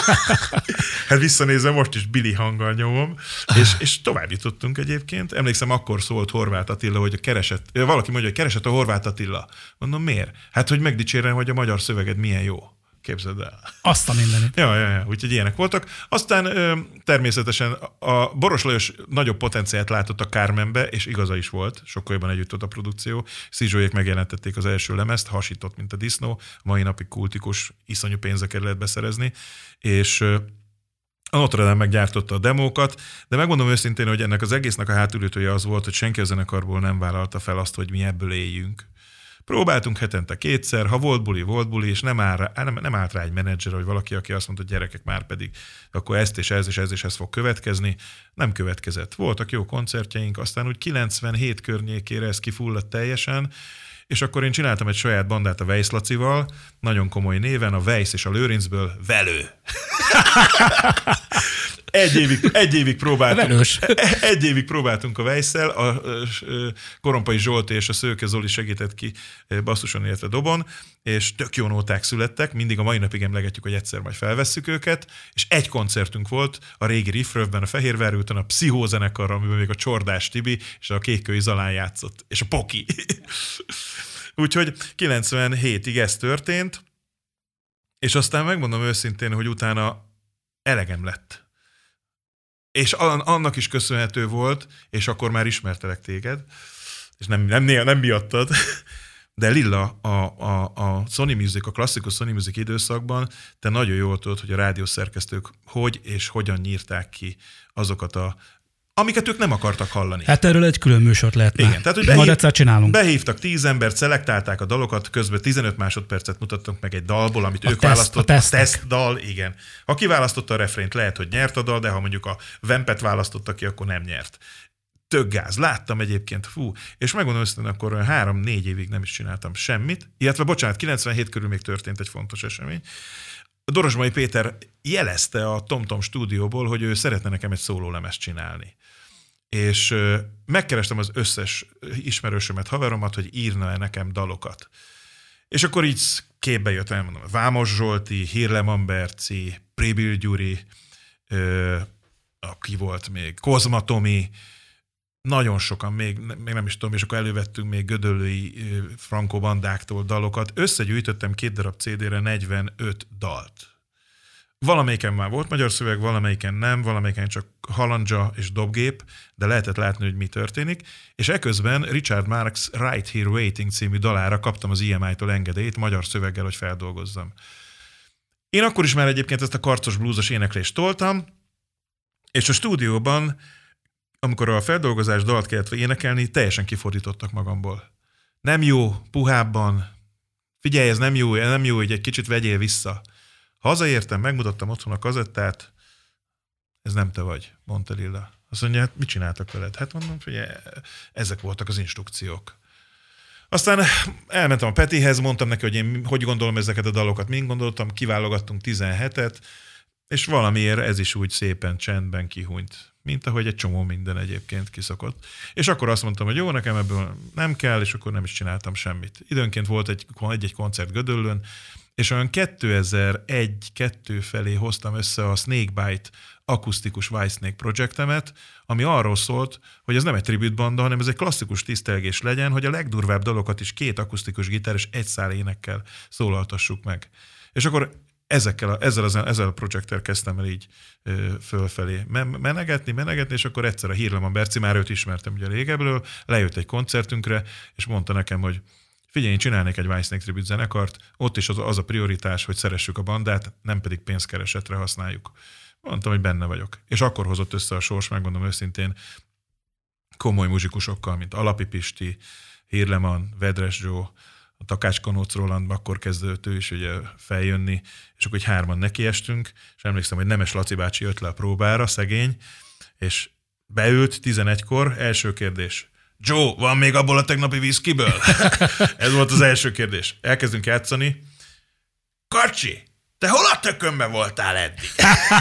Speaker 3: Hát visszanézve most is Billy hanggal nyomom, és, és tovább jutottunk egyébként. Emlékszem, akkor szólt Horváth Attila, hogy a keresett, valaki mondja, hogy keresett a Horváth Attila. Mondom, miért? Hát, hogy megdicsérem, hogy a magyar szöveged milyen jó. Képzeld el.
Speaker 2: Azt a mindenit.
Speaker 3: Ja, ja, ja, úgyhogy ilyenek voltak. Aztán ö, természetesen a Boros Lajos nagyobb potenciált látott a Kármenbe, és igaza is volt, sokkal jobban együtt ott a produkció. Szizsóék megjelentették az első lemezt, hasított, mint a disznó, mai napig kultikus, iszonyú pénzeket lehet beszerezni, és ö, a Notre Dame meggyártotta a demókat, de megmondom őszintén, hogy ennek az egésznek a hátulütője az volt, hogy senki a zenekarból nem vállalta fel azt, hogy mi ebből éljünk. Próbáltunk hetente kétszer, ha volt buli, volt buli, és nem, áll rá, nem, nem állt rá egy menedzser, vagy valaki, aki azt mondta, hogy gyerekek már pedig, akkor ezt és ez és ez és ez fog következni. Nem következett. Voltak jó koncertjeink, aztán úgy kilencvenhét környékére ez kifulladt teljesen, és akkor én csináltam egy saját bandát a Weiss Lacival, nagyon komoly néven, a Weiss és a Lőrincből Velő. Egy évig, egy évig próbáltunk. Egy évig próbáltunk a Weiss-szel, a Korompai Zsolti és a Szőke Zoli segített ki basszuson, illetve dobon, és tök jó nóták születtek, mindig a mai napig emlegetjük, hogy egyszer majd felvesszük őket, és egy koncertünk volt a régi Riffrövben, a Fehérvári úton, a Pszichózenekarra, amiben még a Csordás Tibi és a Kékkői Zalán játszott, és a Poki. Úgyhogy kilencvenhétig ez történt, és aztán megmondom őszintén, hogy utána elegem lett. És annak is köszönhető volt, és akkor már ismertelek téged, és nem, nem, nem miattad, De Lilla, a, a, a Sony Music, a klasszikus Sony Music időszakban te nagyon jól tudod, hogy a rádiószerkesztők hogy és hogyan nyírták ki azokat a amiket ők nem akartak hallani.
Speaker 2: Hát erről egy külön műsort lehetne.
Speaker 3: Igen, tehát, hogy
Speaker 2: behív, majd egyszer csinálunk.
Speaker 3: Behívtak tíz embert, szelektálták a dalokat, közben tizenöt másodpercet mutattunk meg egy dalból, amit
Speaker 2: a
Speaker 3: ők
Speaker 2: teszt,
Speaker 3: választottak.
Speaker 2: a,
Speaker 3: a tesztdal, igen. Ha kiválasztotta a refrént, lehet, hogy nyert a dal, de ha mondjuk a Vampet választotta ki, akkor nem nyert. Tök gáz. Láttam egyébként, fú, és megmondom őszintén, akkor három-négy évig nem is csináltam semmit, illetve bocsánat, kilencvenhét körül még történt egy fontos esemény. Dorozsmai Péter jelezte a TomTom stúdióból, hogy ő szeretne nekem egy szólólemezt csinálni. És megkerestem az összes ismerősömet, haveromat, hogy írna-e nekem dalokat. És akkor így képbe jött, elmondom, Vámos Zsolti, Hírleman Berci, Prébil Gyuri, ö, aki volt még, Kozma Tomi, nagyon sokan, még, még nem is tudom, és akkor elővettünk még gödöllői frankó bandáktól dalokat. Összegyűjtöttem két darab cé dére negyvenöt dalt. Valamelyiken már volt magyar szöveg, valamelyiken nem, valamelyiken csak halandzsa és dobgép, de lehetett látni, hogy mi történik, és eközben Richard Marx Right Here Waiting című dalára kaptam az i em i-tól engedélyt magyar szöveggel, hogy feldolgozzam. Én akkor is már egyébként ezt a karcos blúzos éneklést toltam, és a stúdióban, amikor a feldolgozás dalt kellett énekelni, teljesen kifordítottak magamból. Nem jó, puhábban, figyelj, ez nem jó, nem jó, hogy egy kicsit vegyél vissza. Hazaértem, megmutattam otthon a kazettát, ez nem te vagy, mondta Lilla. Azt mondja, hát mit csináltak veled? Hát mondom, figyelj, ezek voltak az instrukciók. Aztán elmentem a Petihez, mondtam neki, hogy én hogy gondolom ezeket a dalokat, mind gondoltam, kiválogattunk tizenhetet, és valamiért ez is úgy szépen csendben kihúnyt, mint ahogy egy csomó minden egyébként kiszokott. És akkor azt mondtam, hogy jó, nekem ebből nem kell, és akkor nem is csináltam semmit. Időnként volt egy, egy koncert Gödöllőn, és olyan kétezer-egy-kettő felé hoztam össze a Snakebite akusztikus Whitesnake projektemet, ami arról szólt, hogy ez nem egy tribütbanda, hanem ez egy klasszikus tisztelgés legyen, hogy a legdurvább dalokat is két akusztikus gitár és egy szál énekkel szólaltassuk meg. És akkor ezekkel a, ezzel, az, ezzel a projekttel kezdtem el így ö, fölfelé menegetni, menegetni, és akkor egyszer a Hírleman Berci, már őt ismertem ugye régebről, lejött egy koncertünkre, és mondta nekem, hogy figyelj, én csinálnék egy Whitesnake tribute zenekart, ott is az, az a prioritás, hogy szeressük a bandát, nem pedig pénzkeresetre használjuk. Mondtam, hogy benne vagyok. És akkor hozott össze a sors, megmondom őszintén, komoly muzsikusokkal, mint Alapi Pisti, Hírleman, Vedres Joe, a Takács Kanóc Roland, akkor kezdődött ő is ugye feljönni, és akkor egy hárman nekiestünk, és emlékszem, hogy Nemes Laci bácsi jött le a próbára, szegény, és beült tizenegykor, első kérdés. Joe, van még abból a tegnapi whiskeyből? Ez volt az első kérdés. Elkezdünk játszani. Karcsi, te hol a tökönben voltál eddig?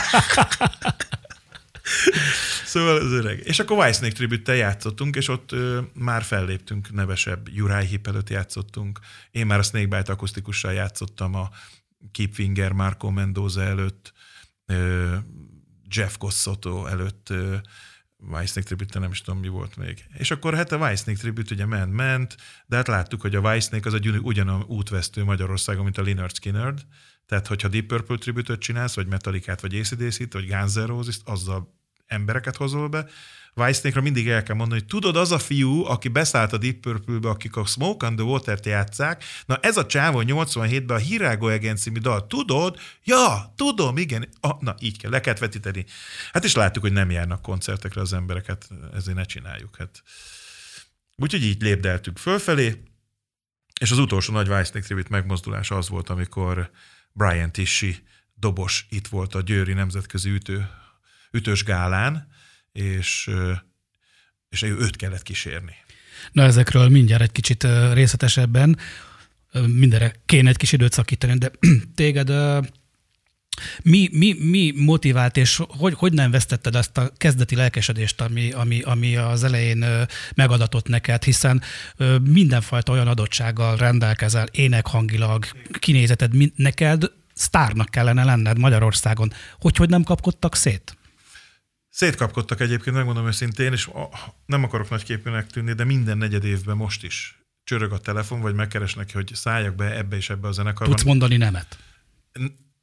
Speaker 3: Szóval az öreg. És akkor Whitesnake tribute-tel játszottunk, és ott ö, már felléptünk nevesebb. Uriah Heep előtt játszottunk. Én már a Snakebite akusztikussal játszottam a Keep Finger Marco Mendoza előtt, ö, Jeff Cossotto előtt, ö, Whitesnake tribute, nem is tudom, mi volt még. És akkor hát a Whitesnake tribute ugye ment, ment, de hát láttuk, hogy a Whitesnake az egy ugyanolyan útvesztő Magyarországon, mint a Lynyrd Skynyrd. Tehát, hogyha Deep Purple tribute-öt csinálsz, vagy Metallicát, vagy á cé dé cét, vagy Guns N' Roses-t, azzal embereket hozol be. Whitesnake-ra mindig el kell mondani, hogy tudod, az a fiú, aki beszállt a Deep Purple-be, akik a Smoke on the Water-t játsszák, na ez a csávó nyolcvanhétben a Hirago Again című dal, tudod? Ja, tudom, igen. Ah, na, így kell, le kellett vetíteni. Hát is láttuk, hogy nem járnak koncertekre az embereket, ezért ne csináljuk. Hát. Úgyhogy így lépdeltünk fölfelé, és az utolsó nagy Whitesnake tribute megmozdulás az volt, amikor Brian Tisci dobos itt volt a Győri Nemzetközi ütő, ütős gálán, és, és őt kellett kísérni.
Speaker 2: Na ezekről mindjárt egy kicsit részletesebben, mindenre kéne egy kis időt szakítani, de téged mi, mi, mi motivált, és hogy, hogy nem vesztetted azt a kezdeti lelkesedést, ami, ami, ami az elején megadatott neked, hiszen mindenfajta olyan adottsággal rendelkezel, énekhangilag, kinézeted, neked sztárnak kellene lenned Magyarországon. Hogy, hogy nem kapkodtak szét?
Speaker 3: Szétkapkodtak egyébként, megmondom őszintén, és nem akarok nagyképűnek tűnni, de minden negyed évben most is csörög a telefon, vagy megkeresnek, hogy szálljak be ebbe és ebbe a zenekarban.
Speaker 2: Tudsz mondani nemet?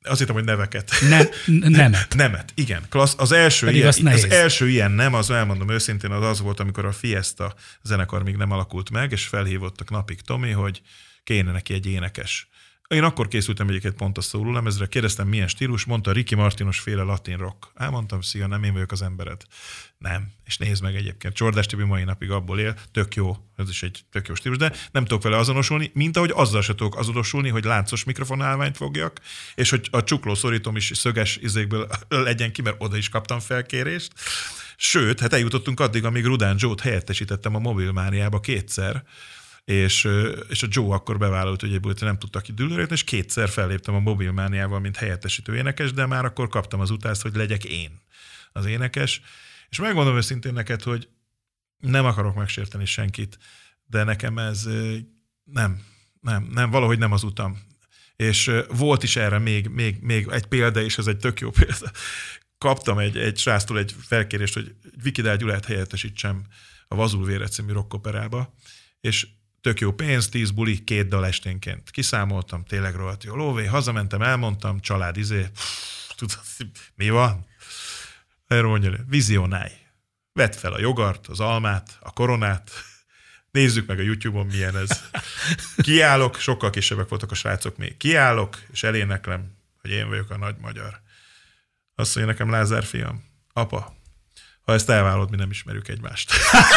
Speaker 3: Azt hittem, hogy neveket.
Speaker 2: Ne, nemet.
Speaker 3: Nemet, igen. Klassz, az, első ilyen, az, az első ilyen nem, az elmondom őszintén, az az volt, amikor a Fiesta zenekar még nem alakult meg, és felhívottak napig Tomi, hogy kéne neki egy énekes. Én akkor készültem egyébként pont a szólólemezre, kérdeztem, milyen stílus, mondta Ricky Martinos féle latin rock. Elmondtam, szia, nem én vagyok az embered. Nem. És nézd meg egyébként. Csordás Tibi mai napig abból él, tök jó, ez is egy tök jó stílus, de nem tudok vele azonosulni, mint ahogy azzal se tudok azonosulni, hogy láncos mikrofonálványt fogjak, és hogy a csuklószorítom is szöges izékből legyen ki, mert oda is kaptam felkérést. Sőt, hát eljutottunk addig, amíg Rudán Joe-t helyettesítettem a Mobilmániába kétszer, és, és a Joe akkor bevállalt, hogy egyből nem tudtak ki dűlőre, és kétszer felléptem a Mobilmániával, mint helyettesítő énekes, de már akkor kaptam az utást, hogy legyek én az énekes. És megmondom őszintén neked, hogy nem akarok megsérteni senkit, de nekem ez nem, nem, nem, valahogy nem az utam. És volt is erre még, még, még egy példa, és ez egy tök jó példa. Kaptam egy, egy sráctól egy felkérést, hogy Vikidál Gyulát helyettesítsem a Vazulvére című rockoperába, és tök jó pénz, tíz buli, két dal esténként. Kiszámoltam, tényleg rohadt jó lóvé, hazamentem, elmondtam, család izé, tudod, mi van? Erről mondja, vizionálj. Vedd fel a jogart, az almát, a koronát, nézzük meg a YouTube-on, milyen ez. Kiállok, sokkal kisebbek voltak a srácok még. Kiállok, és eléneklem, hogy én vagyok a nagy magyar. Azt mondja nekem, Lázár fiam, apa, ha ezt elvállalod, mi nem ismerjük egymást.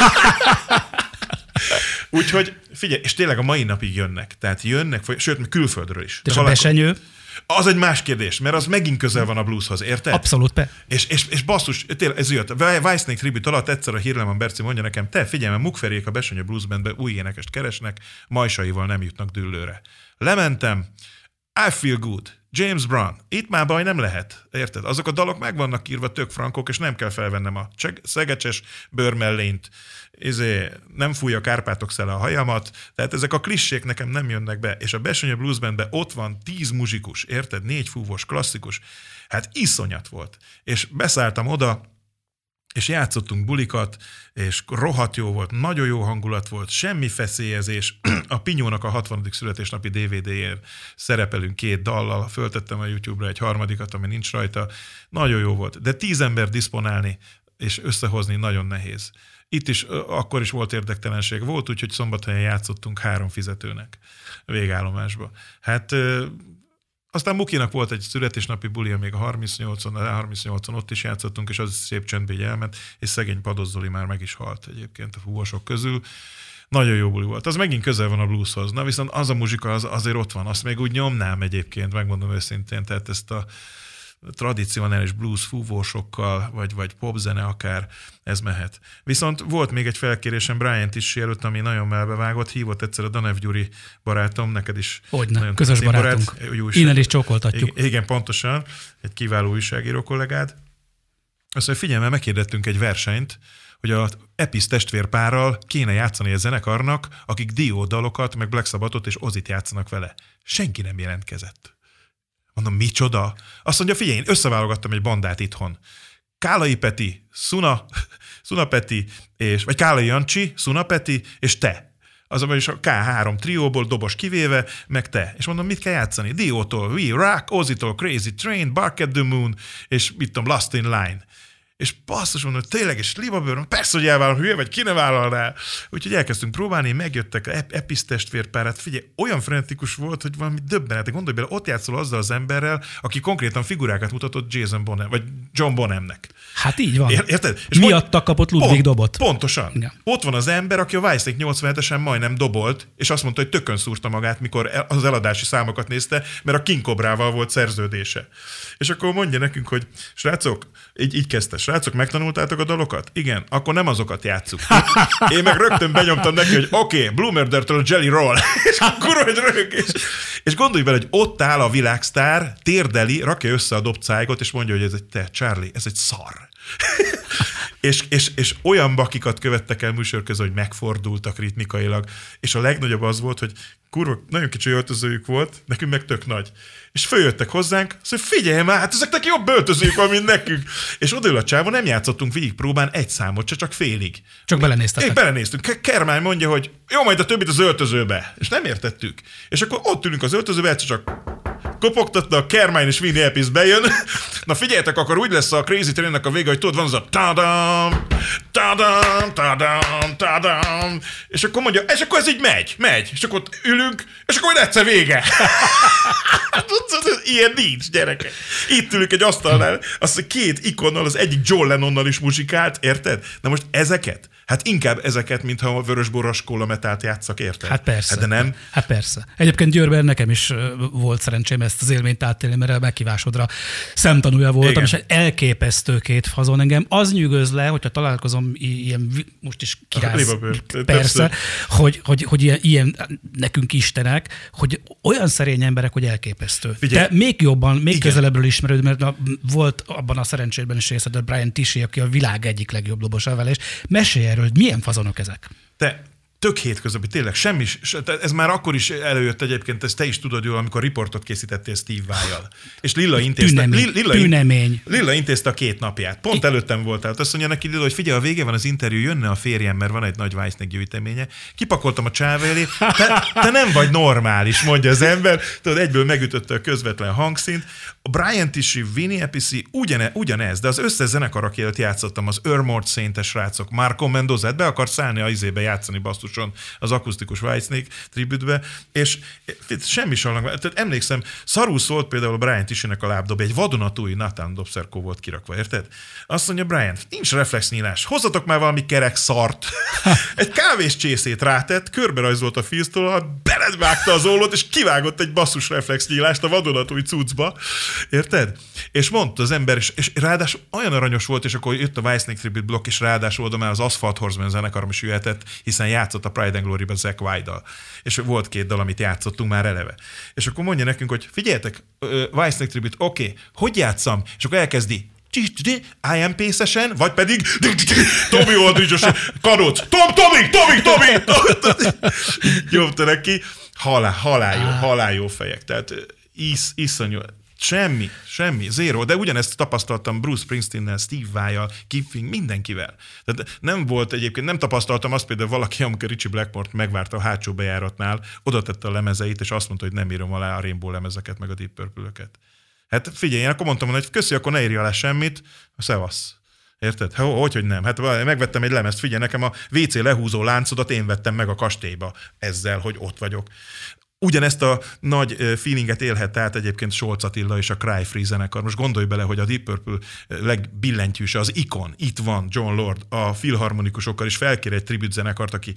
Speaker 3: Úgyhogy figyelj, és tényleg a mai napig jönnek. Tehát jönnek, sőt, külföldről is.
Speaker 2: És a besenyő?
Speaker 3: Az egy más kérdés, mert az megint közel van a blueshoz, érted?
Speaker 2: Abszolút, be.
Speaker 3: És, és, és basszus, tényleg ez jött. Whitesnake Tribute alatt egyszer a Hírleman Berci mondja nekem, te figyelj, mert Mukferék a Besenyő Blues Bandben új énekest keresnek, Majsaival nem jutnak dűlőre. Lementem, I feel good. James Brown. Itt már baj nem lehet. Érted? Azok a dalok meg vannak írva, tök frankok, és nem kell felvennem a szegecses bőrmellényt. Izé, nem fúj a Kárpátok szele a hajamat. Tehát ezek a klissék nekem nem jönnek be. És a Besenyő Blues Bandben ott van tíz muzsikus, érted? Négy fúvós, klasszikus. Hát iszonyat volt. És beszálltam oda, és játszottunk bulikat, és rohadt jó volt, nagyon jó hangulat volt, semmi feszélyezés. A Pinyónak a hatvanadik születésnapi dé vé dé-jén szerepelünk két dallal, föltettem a YouTube-ra egy harmadikat, ami nincs rajta. Nagyon jó volt, de tíz ember diszponálni és összehozni nagyon nehéz. Itt is, akkor is volt érdektelenség. Volt úgy, hogy Szombathelyen játszottunk három fizetőnek végállomásba. Hát... Aztán Mukinak volt egy születésnapi bulia még a harmincnyolcon, a harmincnyolcon ott is játszottunk, és az szép csendben így elment, és szegény Pados Zoli már meg is halt egyébként a húvosok közül. Nagyon jó buli volt. Az megint közel van a blueshoz. Na viszont az a muzsika az, azért ott van. Azt még úgy nyomnám egyébként, megmondom őszintén, tehát ezt a tradicionális blues fúvósokkal, vagy, vagy popzene akár, ez mehet. Viszont volt még egy felkérésem Brian Tissi előtt, ami nagyon melbevágott, hívott egyszer a Danev Gyuri barátom, neked is.
Speaker 2: Hogyne, közös barátunk. Barát, innen is csókoltatjuk.
Speaker 3: Igen, igen, pontosan, egy kiváló újságíró kollégád. Azt mondja, figyelj, mert meghirdettünk egy versenyt, hogy a Epis testvérpárral kéne játszani a zenekarnak, akik Dio dalokat, meg Black Sabbathot és Ozit játszanak vele. Senki nem jelentkezett. Mondom, micsoda? Azt mondja, figyelj, én összeválogattam egy bandát itthon. Kálai Peti, Szuna, Szuna Peti, és, vagy Kálai Jancsi, Szuna Peti, és te. Azonban is a ká három trióból, dobos kivéve, meg te. És mondom, mit kell játszani? Dio-tól We Rock, Ozzy-tól Crazy Train, Bark at the Moon, és mit tudom, Last in Line. És basszus mondom, hogy tényleg, és libabőröm, persze, hogy elvállalom, hülye vagy, ki ne vállal rá. Úgyhogy elkezdtünk próbálni, megjöttek a Epis testvérpárát. Figyelj, olyan frenetikus volt, hogy valami döbbenet. Gondolj bele, ott játszol azzal az emberrel, aki konkrétan figurákat mutatott Jason Bonham, vagy John Bonhamnek.
Speaker 2: Hát így van.
Speaker 3: Érted? És
Speaker 2: miatta kapott Ludwig pont, dobot.
Speaker 3: Pontosan. Ja. Ott van az ember, aki a Whitesnake nyolcvanhetesen majdnem dobolt, és azt mondta, hogy tökön szúrta magát, mikor az eladási számokat nézte, mert a King Cobrával volt szerződése. És akkor mondja nekünk, hogy srácok, így, így kezdte, srácok, megtanultátok a dalokat? Igen, akkor nem azokat játsszuk. Én meg rögtön benyomtam neki, hogy oké, okay, Blue Murder-től a Jelly Roll. És akkor hogy rög. És, és gondolj bele, hogy ott áll a világsztár, térdeli, rakja össze a dobcájgot, és mondja, hogy ez egy te, Charlie, ez egy szar. és, és, és olyan bakikat követtek el műsor közben, hogy megfordultak ritmikailag. És a legnagyobb az volt, hogy kurva, nagyon kicsi öltözőjük volt, nekünk meg tök nagy. És följöttek hozzánk, azt mondja, figyelj már, hát ezeknek jobb öltözőjük van, mint nekünk. És odaül a csávon, nem játszottunk végig próbán egy számot, csak félig.
Speaker 2: Csak belenéztetek.
Speaker 3: Belenéztünk. Kermány mondja, hogy jó, majd a többit az öltözőbe. És nem értettük. És akkor ott ülünk az öltözőbe, egyszer csak kopogtatnak, Kermine és Winnie Appice bejön. Na figyeljetek, akkor úgy lesz a Crazy Trainnek a vége, hogy tudod, van az a tadam, tadam, tadam, tadam, és akkor mondja, és akkor ez így megy, megy, és akkor ott ülünk, és akkor egyszer vége. Ilyen nincs, gyerekek. Itt ülünk egy asztalnál, azt két ikonnal, az egyik John Lennonnal is muzsikált, érted? Na most ezeket? Hát inkább ezeket, mintha a vörösboros kólametált játsszak, érted?
Speaker 2: Hát persze.
Speaker 3: Hát de nem.
Speaker 2: Hát persze. Egyébként Győrben nekem is volt szerencsém ezt az élményt átélni, mert meghívásodra szemtanúja voltam, igen. És egy elképesztő két fazon. Engem az nyűgöz le, hogyha találkozom ilyen, most is kiráz, persze, hogy, hogy, hogy ilyen, ilyen nekünk istenek, hogy olyan szerény emberek, hogy elképesztő. Figyelj. De még jobban, még igen. Közelebbről ismerőd, mert na, volt abban a szerencsében is részed, Brian Tichy, aki a világ egyik legjobb dobosával, és mesélj erről, hogy milyen fazonok ezek.
Speaker 3: Te tök hétköznapi, tényleg semmi, ez már akkor is előjött egyébként, ezt te is tudod jól, amikor riportot készítettél Steve Vai-jal. És Lilla intézte,
Speaker 2: Tünemény.
Speaker 3: Lilla,
Speaker 2: Tünemény.
Speaker 3: Lilla intézte a két napját. Pont I... előttem voltál. Azt mondja neki Lilla, hogy figyelj, a vége van az interjú, jönne a férjem, mert van egy nagy Weissnek gyűjteménye. Kipakoltam a csáv elé. Te, te nem vagy normális, mondja az ember. Tudod, egyből megütötte a közvetlen hangszínt. A Brian Tichy, Winnie Appice ugyane, ugyanez, de az összes zenekar, aki előtt játszottam, az Ermort Saint-es srácok, Marco Mendoza, be akart szállni a izébe játszani basszuson az akusztikus Whitesnake tribütbe, és semmi sallang. Tehát emlékszem, szarul szólt például a Brian Tichynek a lábdob, egy vadonatúj Nathan Dobszerko volt kirakva, érted? Azt mondja Brian, nincs reflexnyílás, hozzatok már valami kerek szart. Egy kávés csészét rátett, körbe rajzolt a filztól, beledvágta az ollót, és kivágott egy basszus reflexnyílást a vadonatúj cuccba. Érted? És mondta az ember, és, és ráadásul olyan aranyos volt, és akkor jött a Whitesnake Tribute blokk, és ráadásul oda már az Asphalt Horseman zenekarom is jöhetett, hiszen játszott a Pride and Glory-ba Zakk Wylde-dal. És volt két dal, amit játszottunk már eleve. És akkor mondja nekünk, hogy figyeljetek, uh, Whitesnake Tribute, oké, okay, hogy játszam? És akkor elkezdi I am Pace-esen, vagy pedig Tommy Aldridge-os kanóc. Tom, Tommy, Tommy, Tommy! Nyomta neki. Halál, halál jó, halál jó fejek. Tehát is, iszonyú. Semmi, semmi, zéro. De ugyanezt tapasztaltam Bruce Springsteennel, Steve Vai-jal, Kiffing, mindenkivel. Tehát nem volt egyébként, nem tapasztaltam azt például valaki, amikor Richie Blackmore megvárta a hátsó bejáratnál, oda tette a lemezeit, és azt mondta, hogy nem írom alá a Rainbow lemezeket, meg a Deep Purple-öket. Hát figyelj, én akkor mondtam, hogy köszi, akkor ne írja alá semmit, szevasz. Érted? Hogy, hogy nem? Hát megvettem egy lemezt, figyelj, nekem a vé cé lehúzó láncodat én vettem meg a kastélyba ezzel, hogy ott vagyok. Ugyanezt a nagy feelinget élhet át egyébként Scholz Attila és a Cry Free zenekar. Most gondolj bele, hogy a Deep Purple legbillentyűse, az ikon, itt van John Lord, a filharmonikusokkal, és felkér egy tribute zenekart, aki...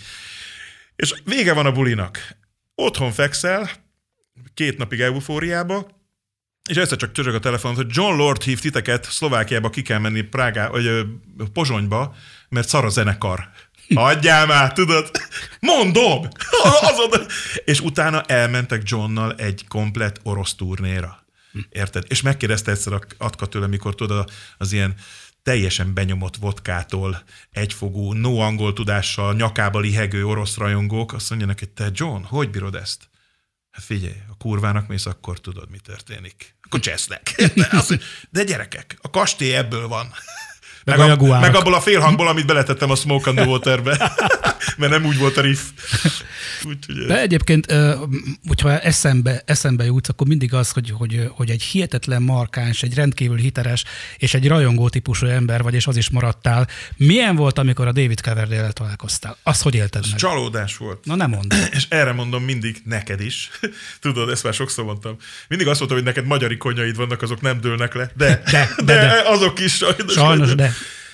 Speaker 3: És vége van a bulinak. Otthon fekszel, két napig eufóriába, és egyszer csak csörög a telefonot, hogy John Lord hív titeket, Szlovákiába ki kell menni Prágá, vagy ö, Pozsonyba, mert szar a zenekar. Adjál már, tudod? Mondom! Azon. És utána elmentek Johnnal egy komplett orosz turnéra. Érted? És megkérdezte egyszer Atka tőle, mikor tudod, az ilyen teljesen benyomott vodkától, egyfogú, no angol tudással, nyakába lihegő orosz rajongók, azt mondja neki, te John, hogy bírod ezt? Hát figyelj, a kurvának mész, akkor tudod, mi történik. Akkor csesznek. De gyerekek, a kastély ebből van. Meg, meg, a, meg abból a félhangból, amit beletettem a Smoke on the Waterbe. Mert nem úgy volt a riff. Úgy,
Speaker 2: de egyébként, hogyha eszembe, eszembe jutsz, akkor mindig az, hogy, hogy, hogy egy hihetetlen markáns, egy rendkívül hiteles és egy rajongó típusú ember vagy, és az is maradtál. Milyen volt, amikor a David Coverdale-el találkoztál? Azt hogy élted meg?
Speaker 3: Csalódás volt.
Speaker 2: Na nem mondd.
Speaker 3: És erre mondom mindig neked is. Tudod, ezt már sokszor mondtam. Mindig azt mondtam, hogy neked magyar ikonjaid vannak, azok nem dőlnek le. De, de, de, de, de. azok is sajnos.
Speaker 2: Sajnos, de.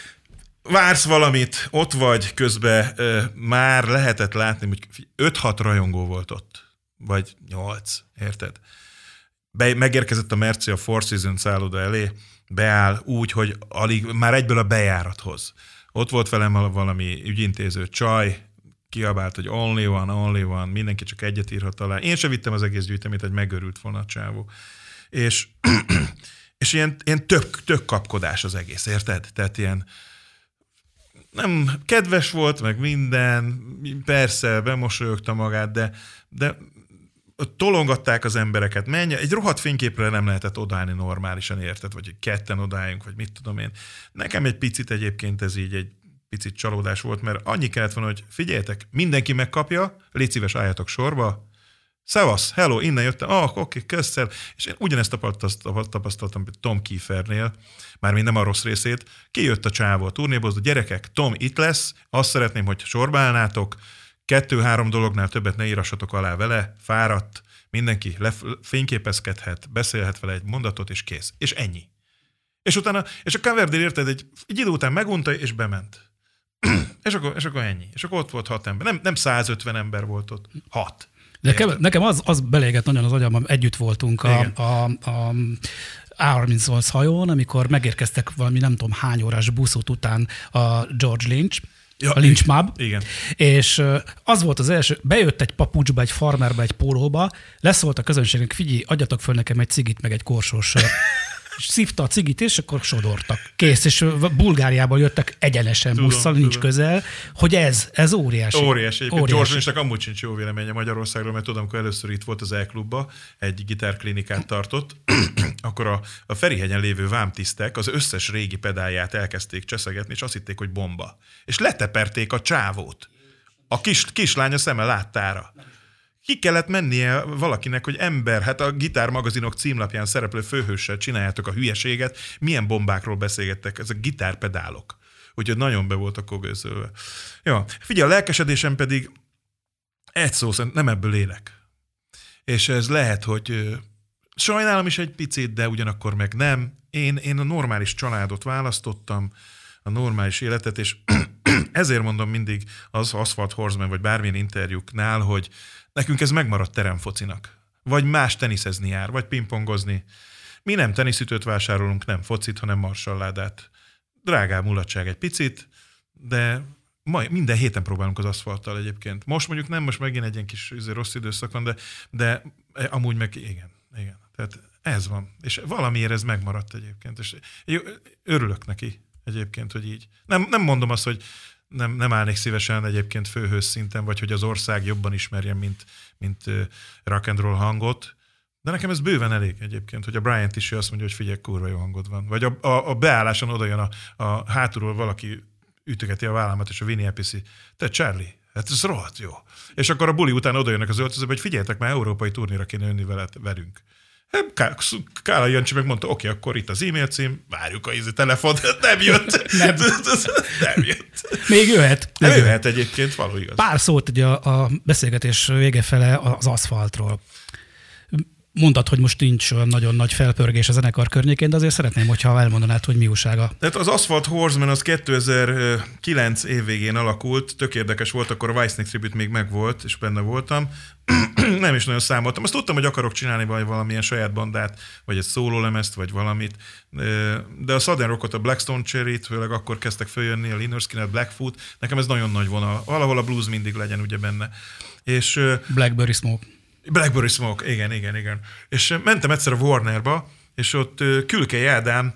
Speaker 3: Vársz valamit, ott vagy, közben ö, már lehetett látni, hogy öt-hat rajongó volt ott, vagy nyolc, érted? Be, megérkezett a Merci a Four Seasons szálloda elé, beáll úgy, hogy alig, már egyből a bejárathoz. Ott volt velem valami ügyintéző csaj, kiabált, hogy only one, only one, mindenki csak egyet írhat alá. Én sem vittem az egész gyűjteményt, hogy megörült volna a csávó. És, és ilyen, ilyen tök, tök kapkodás az egész, érted? Tehát ilyen nem kedves volt, meg minden, persze bemosolyogta magát, de, de tolongatták az embereket, menj, egy rohadt fényképre nem lehetett odállni normálisan, érted, vagy hogy ketten odáljunk, vagy mit tudom én. Nekem egy picit egyébként ez így egy picit csalódás volt, mert annyi kellett volna, hogy figyeljetek, mindenki megkapja, légy szíves, álljatok sorba, Szevasz, hello, innen jöttem, ah, oké, okay, köszön. És én ugyanezt tapasztaltam Tom Kiefernél, mármint nem a rossz részét, kijött a csávó a turnéból, a gyerekek, Tom itt lesz, azt szeretném, hogy sorba állnátok, kettő-három dolognál többet ne írassatok alá vele, fáradt, mindenki lef- fényképezkedhet, beszélhet vele egy mondatot, és kész. És ennyi. És utána, és a Coverdale érted, egy, egy idő után megunta, és bement. és, akkor, és akkor ennyi. És akkor ott volt hat ember. Nem, nem százötven ember volt ott, hat.
Speaker 2: De nekem, nekem az, az belégett nagyon az agyamban, együtt voltunk a, a, a á harmincnyolc hajón, amikor megérkeztek valami nem tudom hány órás buszút után a George Lynch, ja, a Lynch Mob,
Speaker 3: igen.
Speaker 2: És az volt az első, bejött egy papucsba, egy farmerbe, egy pólóba, leszólt a közönségnek, figyelj, adjatok föl nekem egy cigit, meg egy korsós és szívta a cigit, és akkor sodortak. Kész, és Bulgáriából jöttek egyenesen tudom, busszal, tudom. Nincs közel, hogy ez, ez óriási.
Speaker 3: Óriási. Egyébként George Lynchnek amúgy sincs jó véleménye Magyarországról, mert tudom, amikor először itt volt az E-klubba, egy gitárklinikát tartott, akkor a, a Ferihegyen lévő vámtisztek az összes régi pedálját elkezdték cseszegetni, és azt hitték, hogy bomba. És leteperték a csávót. A kis, kislány a szeme láttára. Ki kellett mennie valakinek, hogy ember, hát a gitármagazinok címlapján szereplő főhőssel csináljátok a hülyeséget, milyen bombákról beszélgettek, ezek gitárpedálok. Úgyhogy nagyon be voltak kogőzölve. Jó, figyelj, a lelkesedésem pedig egy szó szerint nem ebből élek. És ez lehet, hogy sajnálom is egy picit, de ugyanakkor meg nem. Én, én a normális családot választottam, a normális életet, és ezért mondom mindig az Asphalt Horseman, vagy bármilyen interjúknál, hogy nekünk ez megmaradt teremfocinak. Vagy más teniszezni jár, vagy pingpongozni. Mi nem teniszütőt vásárolunk, nem focit, hanem marsalládát. Drágább mulatság egy picit, de majd minden héten próbálunk az aszfalttal egyébként. Most mondjuk nem, most megint egy ilyen kis rossz időszak van, de, de amúgy meg igen, igen. Tehát ez van. És valamiért ez megmaradt egyébként. És örülök neki egyébként, hogy így. Nem, nem mondom azt, hogy Nem, nem állnék szívesen egyébként főhős szinten, vagy hogy az ország jobban ismerjen, mint, mint rock and roll hangot, de nekem ez bőven elég egyébként, hogy a Brian is azt mondja, hogy figyelj, kurva jó hangod van. Vagy a, a, a beálláson oda jön a, a hátulról valaki ütögeti a vállámat, és a Vinnie Appice, te Charlie, hát ez rohadt jó. És akkor a buli után oda jönnek az öltözőbe, hogy figyeljetek, már európai turnéra kéne jönni veled, velünk. Kála Jancsi meg mondta, oké, okay, akkor itt az e-mail cím, várjuk a ízi telefont, nem jött. nem. nem jött.
Speaker 2: Még jöhet.
Speaker 3: Nem jöhet egyébként, való igaz.
Speaker 2: Pár szót ugye a, a beszélgetés vége fele az aszfaltról. Mondtad, hogy most nincs olyan nagyon nagy felpörgés a zenekar környékén, de azért szeretném, hogyha elmondanád, hogy mi újsága.
Speaker 3: Tehát az Asphalt Horseman az kétezer-kilenc évvégén alakult, tök érdekes volt, akkor a Whitesnake Tribute még megvolt, és benne voltam. Nem is nagyon számoltam. Azt tudtam, hogy akarok csinálni valamilyen saját bandát, vagy egy szólólemezt, vagy valamit. De a Southern Rockot, a Blackstone Cherry-t, főleg akkor kezdtek följönni, a Lynyrd Skynyrd, Blackfoot. Nekem ez nagyon nagy vonal. Valahol a blues mindig legyen ugye benne. És
Speaker 2: Blackberry Smoke.
Speaker 3: Blackberry Smoke, igen, igen, igen. És mentem egyszer a Warnerba, és ott Külkei Ádám,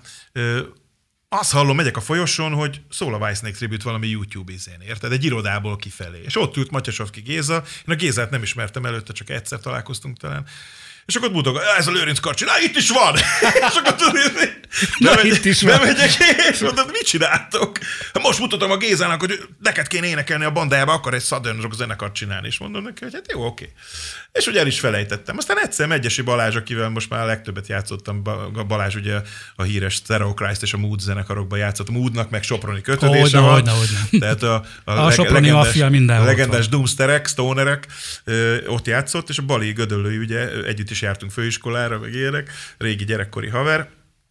Speaker 3: azt hallom, megyek a folyosón, hogy szól a Whitesnake Tribute valami YouTube izén, érted? Egy irodából kifelé. És ott ült Matyasovki Géza, én a Gézát nem ismertem előtte, csak egyszer találkoztunk talán. És akkor mutatok, ez a Lőrinc Karcsi, na itt is van! És akkor tudod, bemegyek, és mondod, mit csináltok? Most mutatom a Gézának, hogy neked kéne énekelni a bandájába, akar egy Southern Rock zenekart csinálni. És mondom neki, hogy hát jó, oké. És ugye el is felejtettem. Aztán egyszer Megyesi Balázs, akivel most már a legtöbbet játszottam, Balázs ugye a híres Stereo Christ és a Mood zenekarokban játszott, Moodnak meg Soproni kötődése
Speaker 2: van.
Speaker 3: Hogyne, hogyne. Tehát a, a,
Speaker 2: a leg, Soproni maffia minden
Speaker 3: legendás Doomsterek, Stonerek ott játszott, és a Bali Gödöllői ugye együtt is jártunk főiskolára, meg ilyenek, régi gyerekkori haver.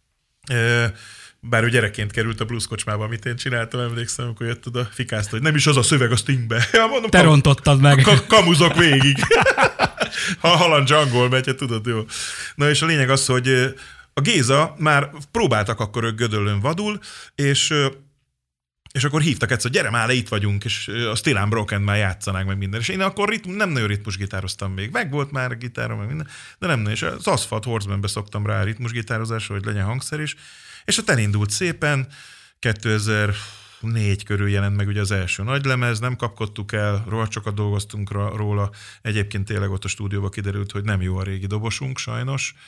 Speaker 3: Bár ő gyerekként került a blues kocsmába, amit én csináltam, emlékszem, amikor jött oda, fikázta, hogy nem is az a szöveg a Stingbe. Ja, mondom,
Speaker 2: te rontottad meg.
Speaker 3: Ka- kamuzok végig. Ha Halan Jungle megy, hát tudod, jó. Na és a lényeg az, hogy a Géza már próbáltak akkor ők Gödöllőn vadul, és és akkor hívtak egyszer, gyere már le, itt vagyunk, és a Still Unbroken már játszanánk meg minden. És én akkor ritm, nem nagyon ritmusgitároztam még. Meg volt már a gitárom, meg minden, de nem nagyon. És az Asphalt Horsemanbe szoktam rá a ritmusgitározásra, hogy legyen hangszer is. És ott elindult szépen, kétezer-négy körül jelent meg ugye az első nagylemez, nem kapkodtuk el, rohadt sokat dolgoztunk róla. Egyébként tényleg ott a stúdióban kiderült, hogy nem jó a régi dobosunk, sajnos.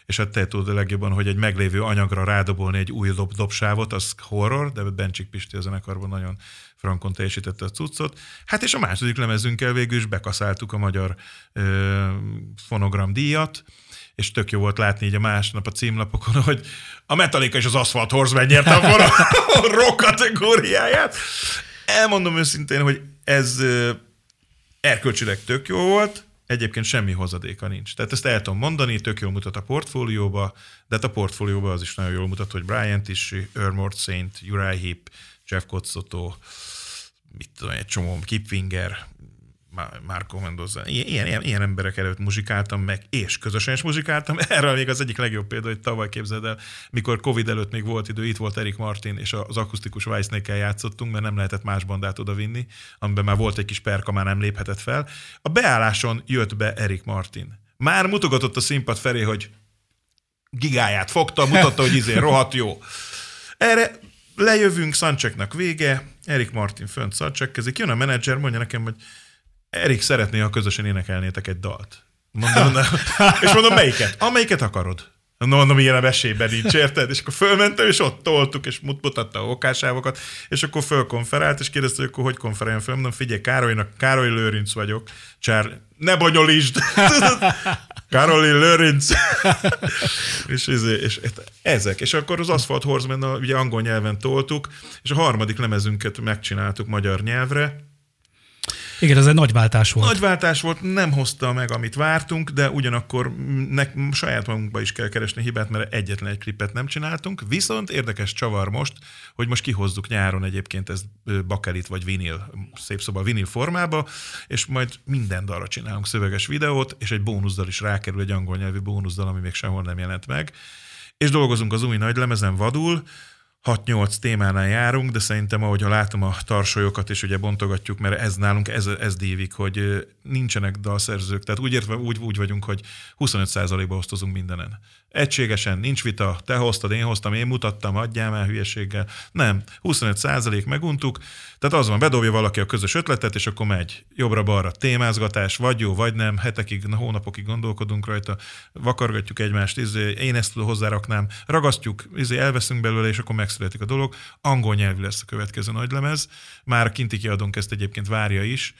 Speaker 3: és hát te tudod a legjobban, hogy egy meglévő anyagra rádobolni egy új dob, dobsávot, az horror, de Bencsik Pisti a zenekarban nagyon frankon teljesítette a cuccot. Hát és a második lemezünkkel végül is bekaszáltuk a magyar ö, fonogram díjat, és tök jó volt látni így a másnap a címlapokon, hogy a Metallica és az Asphalt Horseman nyerte a rock kategóriáját. Elmondom őszintén, hogy ez erkölcsileg tök jó volt, egyébként semmi hozadéka nincs. Tehát ezt el tudom mondani, tök jól mutat a portfólióba, de hát a portfólióba az is nagyon jól mutat, hogy Brian Tisci, Ermord Saint, Uriah Heep, Jeff Kotzotto, mit tudom, egy csomó, Kip Winger, Marco Mendoza, ilyen, ilyen, ilyen emberek előtt muzsikáltam meg, és közösen is muzsikáltam. Erről még az egyik legjobb példa, hogy tavaly képzeld el, mikor Covid előtt még volt idő, itt volt Eric Martin, és az akusztikus Whitesnake-kel játszottunk, mert nem lehetett más bandát odavinni, amiben már volt egy kis perka, már nem léphetett fel. A beálláson jött be Eric Martin. Már mutogatott a színpad felé, hogy gigáját fogta, mutatta, hogy izé rohadt jó. Erre lejövünk, soundchecknek vége, Eric Martin fönt soundcheckezik, jön a menedzser, mondja nekem, hogy Erik szeretné, ha közösen énekelnétek egy dalt. Mondom, és mondom, melyiket? Amelyiket akarod? Mondom, ilyen a mesében nincs, érted? És akkor fölmentem, és ott toltuk, és mutatta a vokásávokat, és akkor fölkonferált, és kérdezte, hogy akkor hogy konferáljon föl. Mondom, figyelj, Károlynak, Károly Lőrinc vagyok. Csár, ne bonyolítsd! Károly Lőrinc! és, és ezek. És akkor az Asphalt Horseman, ugye angol nyelven toltuk, és a harmadik lemezünket megcsináltuk magyar nyelvre.
Speaker 2: Igen, ez egy nagy váltás volt.
Speaker 3: Nagy váltás volt, nem hozta meg, amit vártunk, de ugyanakkor nek, saját magunkba is kell keresni hibát, mert egyetlen egy klipet nem csináltunk. Viszont érdekes csavar most, hogy most kihozzuk nyáron egyébként ezt bakelit vagy vinil, szép szóval vinil formába, és majd minden dalra csinálunk szöveges videót, és egy bónuszdal is rákerül, egy angol nyelvű bónuszdal, ami még sehol nem jelent meg. És dolgozunk az új nagy lemezen vadul, hat-nyolc témánál járunk, de szerintem, ahogy látom a tarsolyokat, és ugye bontogatjuk, mert ez nálunk, ez, ez dívik, hogy nincsenek dalszerzők. Tehát úgy értve úgy, úgy vagyunk, hogy huszonöt százalékba osztozunk mindenen. Egységesen, nincs vita, te hoztad, én hoztam, én mutattam, adjál már hülyeséggel. Nem, huszonöt százalék meguntuk, tehát az van, bedobja valaki a közös ötletet, és akkor megy jobbra-balra témázgatás, vagy jó, vagy nem, hetekig, hónapokig gondolkodunk rajta, vakargatjuk egymást, izé, én ezt hozzáraknám, ragasztjuk, izé, elveszünk belőle, és akkor megszületik a dolog. Angol nyelvű lesz a következő nagylemez, már kinti kiadónk ezt egyébként várja is,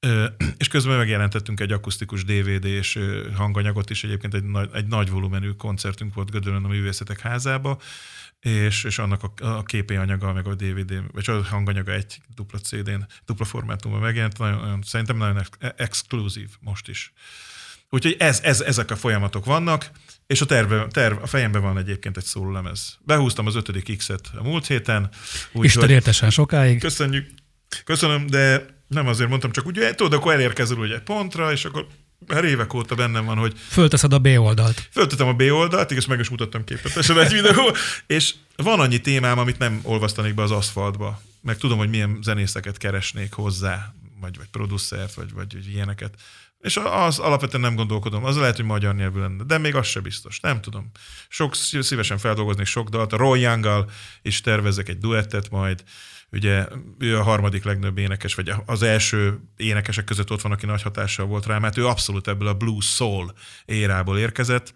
Speaker 3: és közben megjelentettünk egy akusztikus dé vé dés hanganyagot is, egyébként egy nagy, egy nagy volumenű koncertünk volt Gödöllön a Művészetek Házába, és, és annak a, a képi anyaga, meg a dé vé dé, vagy a hanganyaga egy dupla cé dén, dupla formátumban megjelent, nagyon, nagyon, szerintem nagyon exkluzív most is. Úgyhogy ez, ez, ezek a folyamatok vannak, és a, terve, terv, a fejemben van egyébként egy szólamez. Behúztam az ötödik X-et a múlt héten.
Speaker 2: Isten értesen sokáig.
Speaker 3: Köszönjük. Köszönöm, de nem azért mondtam, csak úgy, tudod, akkor elérkezel ugye egy pontra, és akkor már évek óta bennem van, hogy...
Speaker 2: Fölteszed a B oldalt.
Speaker 3: Föltettem a B oldalt, és meg is mutattam képletesen egy videó, és van annyi témám, amit nem olvasztanék be az aszfaltba. Meg tudom, hogy milyen zenészeket keresnék hozzá, vagy, vagy producert, vagy, vagy, vagy ilyeneket. És az alapvetően nem gondolkodom, az lehet, hogy magyar nyelvű lenne, de még az se biztos, nem tudom. Sok szívesen feldolgoznék sok dalt, a Roy Young-gal is tervezek egy duettet majd, ugye ő a harmadik legnagyobb énekes, vagy az első énekesek között ott van, aki nagy hatással volt rá, mert ő abszolút ebből a blues soul érából érkezett,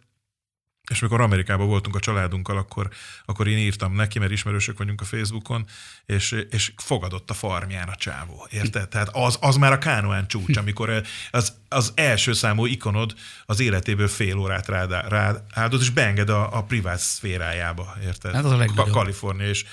Speaker 3: és mikor Amerikában voltunk a családunkkal, akkor, akkor én írtam neki, mert ismerősök vagyunk a Facebookon, és, és fogadott a farmján a csávó, érted? Tehát az, az már a Kánoán csúcs, amikor az, az első számú ikonod az életéből fél órát rád, rád áldott, és beenged a, a privát szférájába, érted?
Speaker 2: Hát az a legnagyobb.
Speaker 3: Kalifornia, és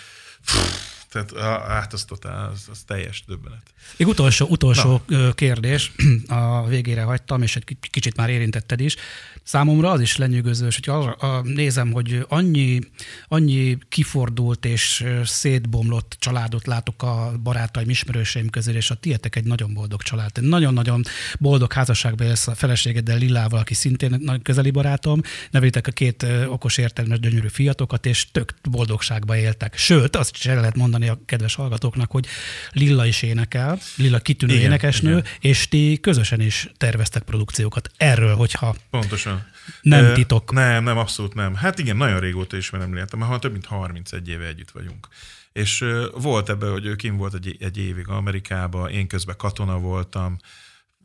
Speaker 3: tehát hát az, totál, az, az teljes döbbenet.
Speaker 2: Még utolsó, utolsó Na. kérdés, a végére hagytam, és egy kicsit már érintetted is. Számomra az is lenyűgözős, hogy arra nézem, hogy annyi, annyi kifordult és szétbomlott családot látok a barátaim, ismerőseim közül, és a tietek egy nagyon boldog család. Nagyon-nagyon boldog házasságban élsz a feleségeddel, Lillával, aki szintén nagy közeli barátom. Neveljétek a két okos, értelmes, gyönyörű fiatokat, és tök boldogságban éltek. Sőt, azt is el lehet mondani a kedves hallgatóknak, hogy Lilla is énekel, Lilla kitűnő igen, énekesnő, igen. És ti közösen is terveztek produkciókat. Erről, hogyha
Speaker 3: pontosan.
Speaker 2: Nem uh, titok.
Speaker 3: Nem, nem, abszolút nem. Hát igen, nagyon régóta ismerem Lillát, már több mint harmincegy éve együtt vagyunk. És uh, volt ebben, hogy ő kim volt egy, egy évig Amerikában, én közben katona voltam,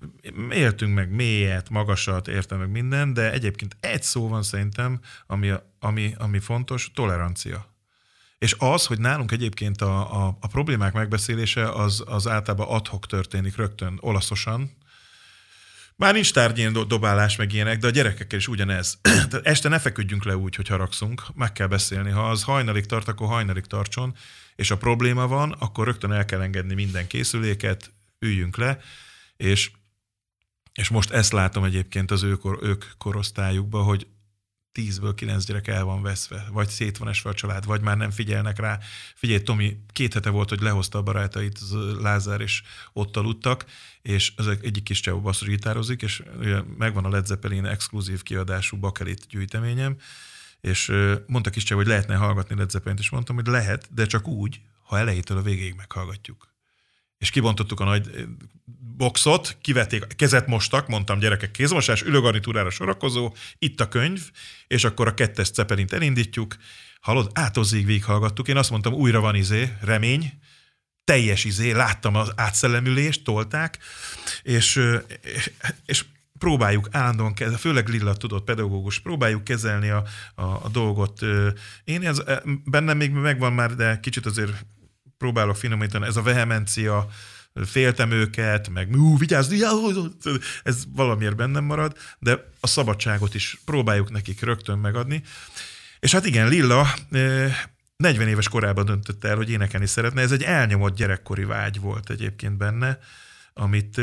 Speaker 3: éltünk meg mélyet, magasat, értem meg minden, de egyébként egy szó van szerintem, ami, ami, ami fontos, tolerancia. És az, hogy nálunk egyébként a, a, a problémák megbeszélése az, az általában ad hoc történik rögtön olaszosan. Már nincs tárgyén dobálás meg ilyenek, de a gyerekekkel is ugyanez. Este ne feküdjünk le úgy, hogy haragszunk, meg kell beszélni. Ha az hajnalig tart, akkor hajnalig tartson, és a probléma van, akkor rögtön el kell engedni minden készüléket, üljünk le, és, és most ezt látom egyébként az ő, kor, ők korosztályukban, hogy tízből kilenc gyerek el van veszve, vagy szét van esve a család, vagy már nem figyelnek rá. Figyelj, Tomi, két hete volt, hogy lehozta a barátait Lázár, és ott aludtak, és az egyik kis csávó basszusgitározik, és megvan a Led Zeppelin exkluzív kiadású bakelit gyűjteményem, és mondta kis csávó, hogy lehetne hallgatni Led Zeppelint, és mondtam, hogy lehet, de csak úgy, ha elejétől a végéig meghallgatjuk. És kibontottuk a nagy boxot, kivették, kezet mostak, mondtam, gyerekek, kézmosás, ülőgarnitúrára sorakozó, itt a könyv, és akkor a kettes Zeppelint elindítjuk. Hallod, átozig végighallgattuk. Én azt mondtam, újra van izé, remény, teljes izé, láttam az átszellemülést, tolták, és, és próbáljuk állandóan kezelni, főleg Lilla tudott pedagógus, próbáljuk kezelni a, a, a dolgot. Én ez, bennem még megvan már, de kicsit azért próbálok finomítani, ez a vehemencia, féltem őket, meg ú, vigyázz, ez valamiért bennem marad, de a szabadságot is próbáljuk nekik rögtön megadni. És hát igen, Lilla negyven éves korában döntött el, hogy énekelni szeretne. Ez egy elnyomott gyerekkori vágy volt egyébként benne, amit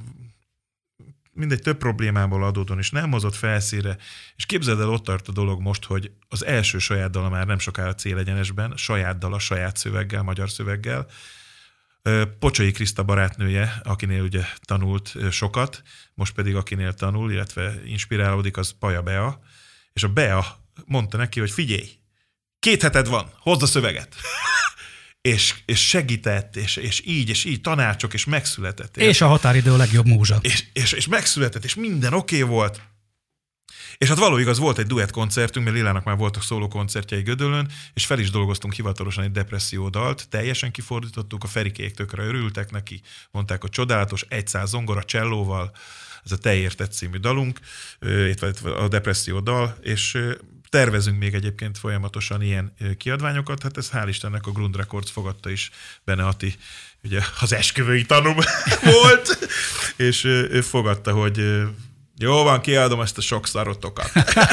Speaker 3: mindegy több problémából adódóan is nem hozott felszínre, és képzeld el, ott tart a dolog most, hogy az első saját dala már nem sokára célegyenesben, saját dala, saját szöveggel, magyar szöveggel. Pocsai Kriszta barátnője, akinél ugye tanult sokat, most pedig akinél tanul, illetve inspirálódik, az Paja Bea, és a Bea mondta neki, hogy figyelj, két heted van, hozd a szöveget. És, és segített, és, és így, és így tanácsok, és megszületett.
Speaker 2: És a határidő a legjobb múzsa.
Speaker 3: És, és, és megszületett, és minden oké okay volt. És hát való igaz, volt egy duett koncertünk, mert Lilának már voltak szóló koncertjei Gödöllön, és fel is dolgoztunk hivatalosan egy depresszió dalt, teljesen kifordítottuk, a Ferikék tökre örültek neki, mondták, hogy csodálatos, egyszáz zongora csellóval, ez a Te érted című dalunk, a depresszió dal, és tervezünk még egyébként folyamatosan ilyen kiadványokat, hát ez hál' Istennek a Grund Records fogadta is, Bene Ati, ugye az esküvői tanúm volt, és ő fogadta, hogy jó van, kiadom ezt a sok szarotokat.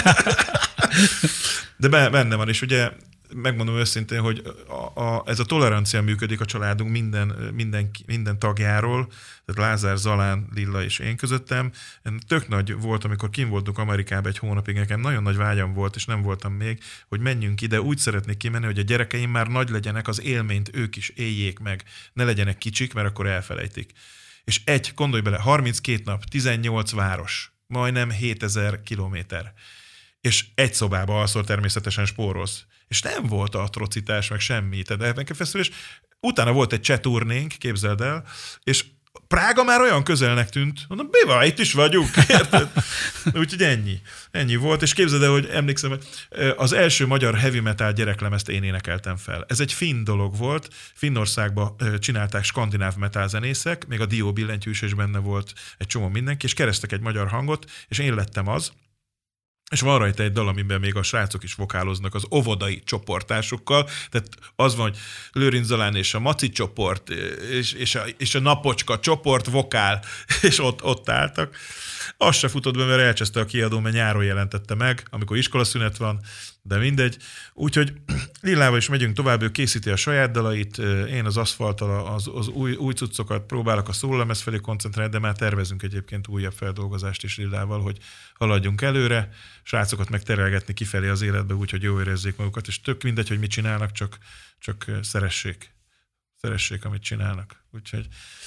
Speaker 3: De benne van, és ugye megmondom őszintén, hogy a, a, ez a tolerancia működik a családunk minden, minden, minden tagjáról, tehát Lázár, Zalán, Lilla és én közöttem. Tök nagy volt, amikor kint voltunk Amerikában egy hónapig, nekem nagyon nagy vágyam volt, és nem voltam még, hogy menjünk ide, úgy szeretnék kimenni, hogy a gyerekeim már nagy legyenek, az élményt ők is éljék meg, ne legyenek kicsik, mert akkor elfelejtik. És egy, gondolj bele, harminckét nap, tizennyolc város, majdnem hétezer kilométer. És egy szobába alszol, természetesen spórolsz. És nem volt atrocitás, meg semmi. Tehát nekem feszülés. Utána volt egy cseh turnénk, képzeld el, és Prága már olyan közelnek tűnt. Mondom, mi van, itt is vagyunk, érted? Úgyhogy ennyi. Ennyi volt, és képzeld el, hogy emlékszem, az első magyar heavy metal gyereklemezt én énekeltem fel. Ez egy finn dolog volt. Finnországban csinálták skandináv metal zenészek, még a Dió billentyűs is benne volt, egy csomó mindenki, és kerestek egy magyar hangot, és én lettem az. És van rajta egy dal, amiben még a srácok is vokáloznak az óvodai csoportásukkal. Tehát az van, hogy Lőrinc Zalán és a Maci csoport, és, és, a, és a Napocska csoport vokál, és ott, ott álltak. Az se futott be, mert elcseszte a kiadó, mert nyáron jelentette meg, amikor iskolaszünet van, de mindegy. Úgyhogy Lillával is megyünk tovább, ő készíti a saját dalait, én az aszfalttal az, az új, új cuccokat próbálok a szólamez felé koncentrálni, de már tervezünk egyébként újabb feldolgozást is Lillával, hogy haladjunk előre, srácokat megterelgetni kifelé az életbe úgy, hogy jól érezzék magukat, és tök mindegy, hogy mit csinálnak, csak, csak szeressék. Szeressék, amit csinálnak. Úgyhogy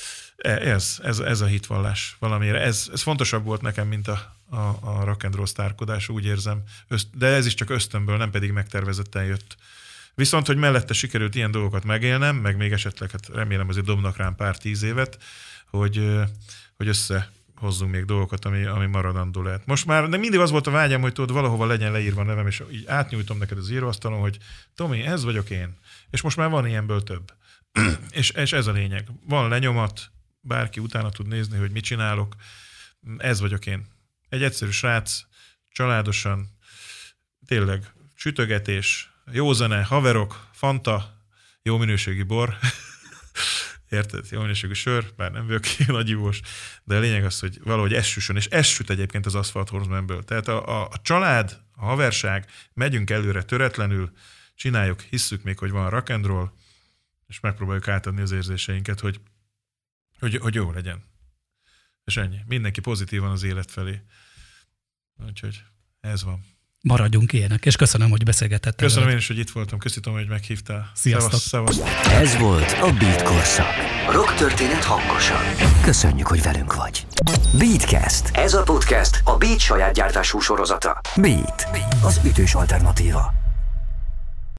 Speaker 3: ez, ez, ez a hitvallás valamire. Ez, ez fontosabb volt nekem, mint a, a, a rock and roll sztárkodás, úgy érzem. De ez is csak ösztönből, nem pedig megtervezetten jött. Viszont, hogy mellette sikerült ilyen dolgokat megélnem, meg még esetleg, hát remélem azért dobnak rám pár tíz évet, hogy, hogy összehozzunk még dolgokat, ami, ami maradandó lehet. Most már de mindig az volt a vágyam, hogy tudod, valahova legyen leírva a nevem, és így átnyújtom neked az íróasztalon, hogy Tomi, ez vagyok én. És most már van ilyenből több. és, és ez a lényeg. Van lenyomat, bárki utána tud nézni, hogy mit csinálok. Ez vagyok én. Egy egyszerű srác, családosan, tényleg sütögetés, jó zene, haverok, Fanta, jó minőségi bor, érted? Jó minőségű sör, bár nem vagyok ki nagy ivós, de a lényeg az, hogy valahogy ez süssön, és ez süt egyébként az Asphalt Horsemanből. Tehát a, a, a család, a haverság, megyünk előre töretlenül, csináljuk, hisszük még, hogy van rock and roll, és megpróbáljuk átadni az érzéseinket, hogy, hogy, hogy jó legyen. És ennyi. Mindenki pozitívan az élet felé. Úgyhogy ez van.
Speaker 2: Maradjunk ilyenek, és köszönöm, hogy beszélgetettél.
Speaker 3: Köszönöm én is, hogy itt voltam. Köszönöm, hogy meghívtál.
Speaker 2: Sziasztok.
Speaker 3: Szevasz, szevasz.
Speaker 1: Ez volt a Beat korszak. Rock történet hangosan. Köszönjük, hogy velünk vagy. Beatcast. Ez a podcast a Beat saját gyártású sorozata. Beat, az ütős alternatíva.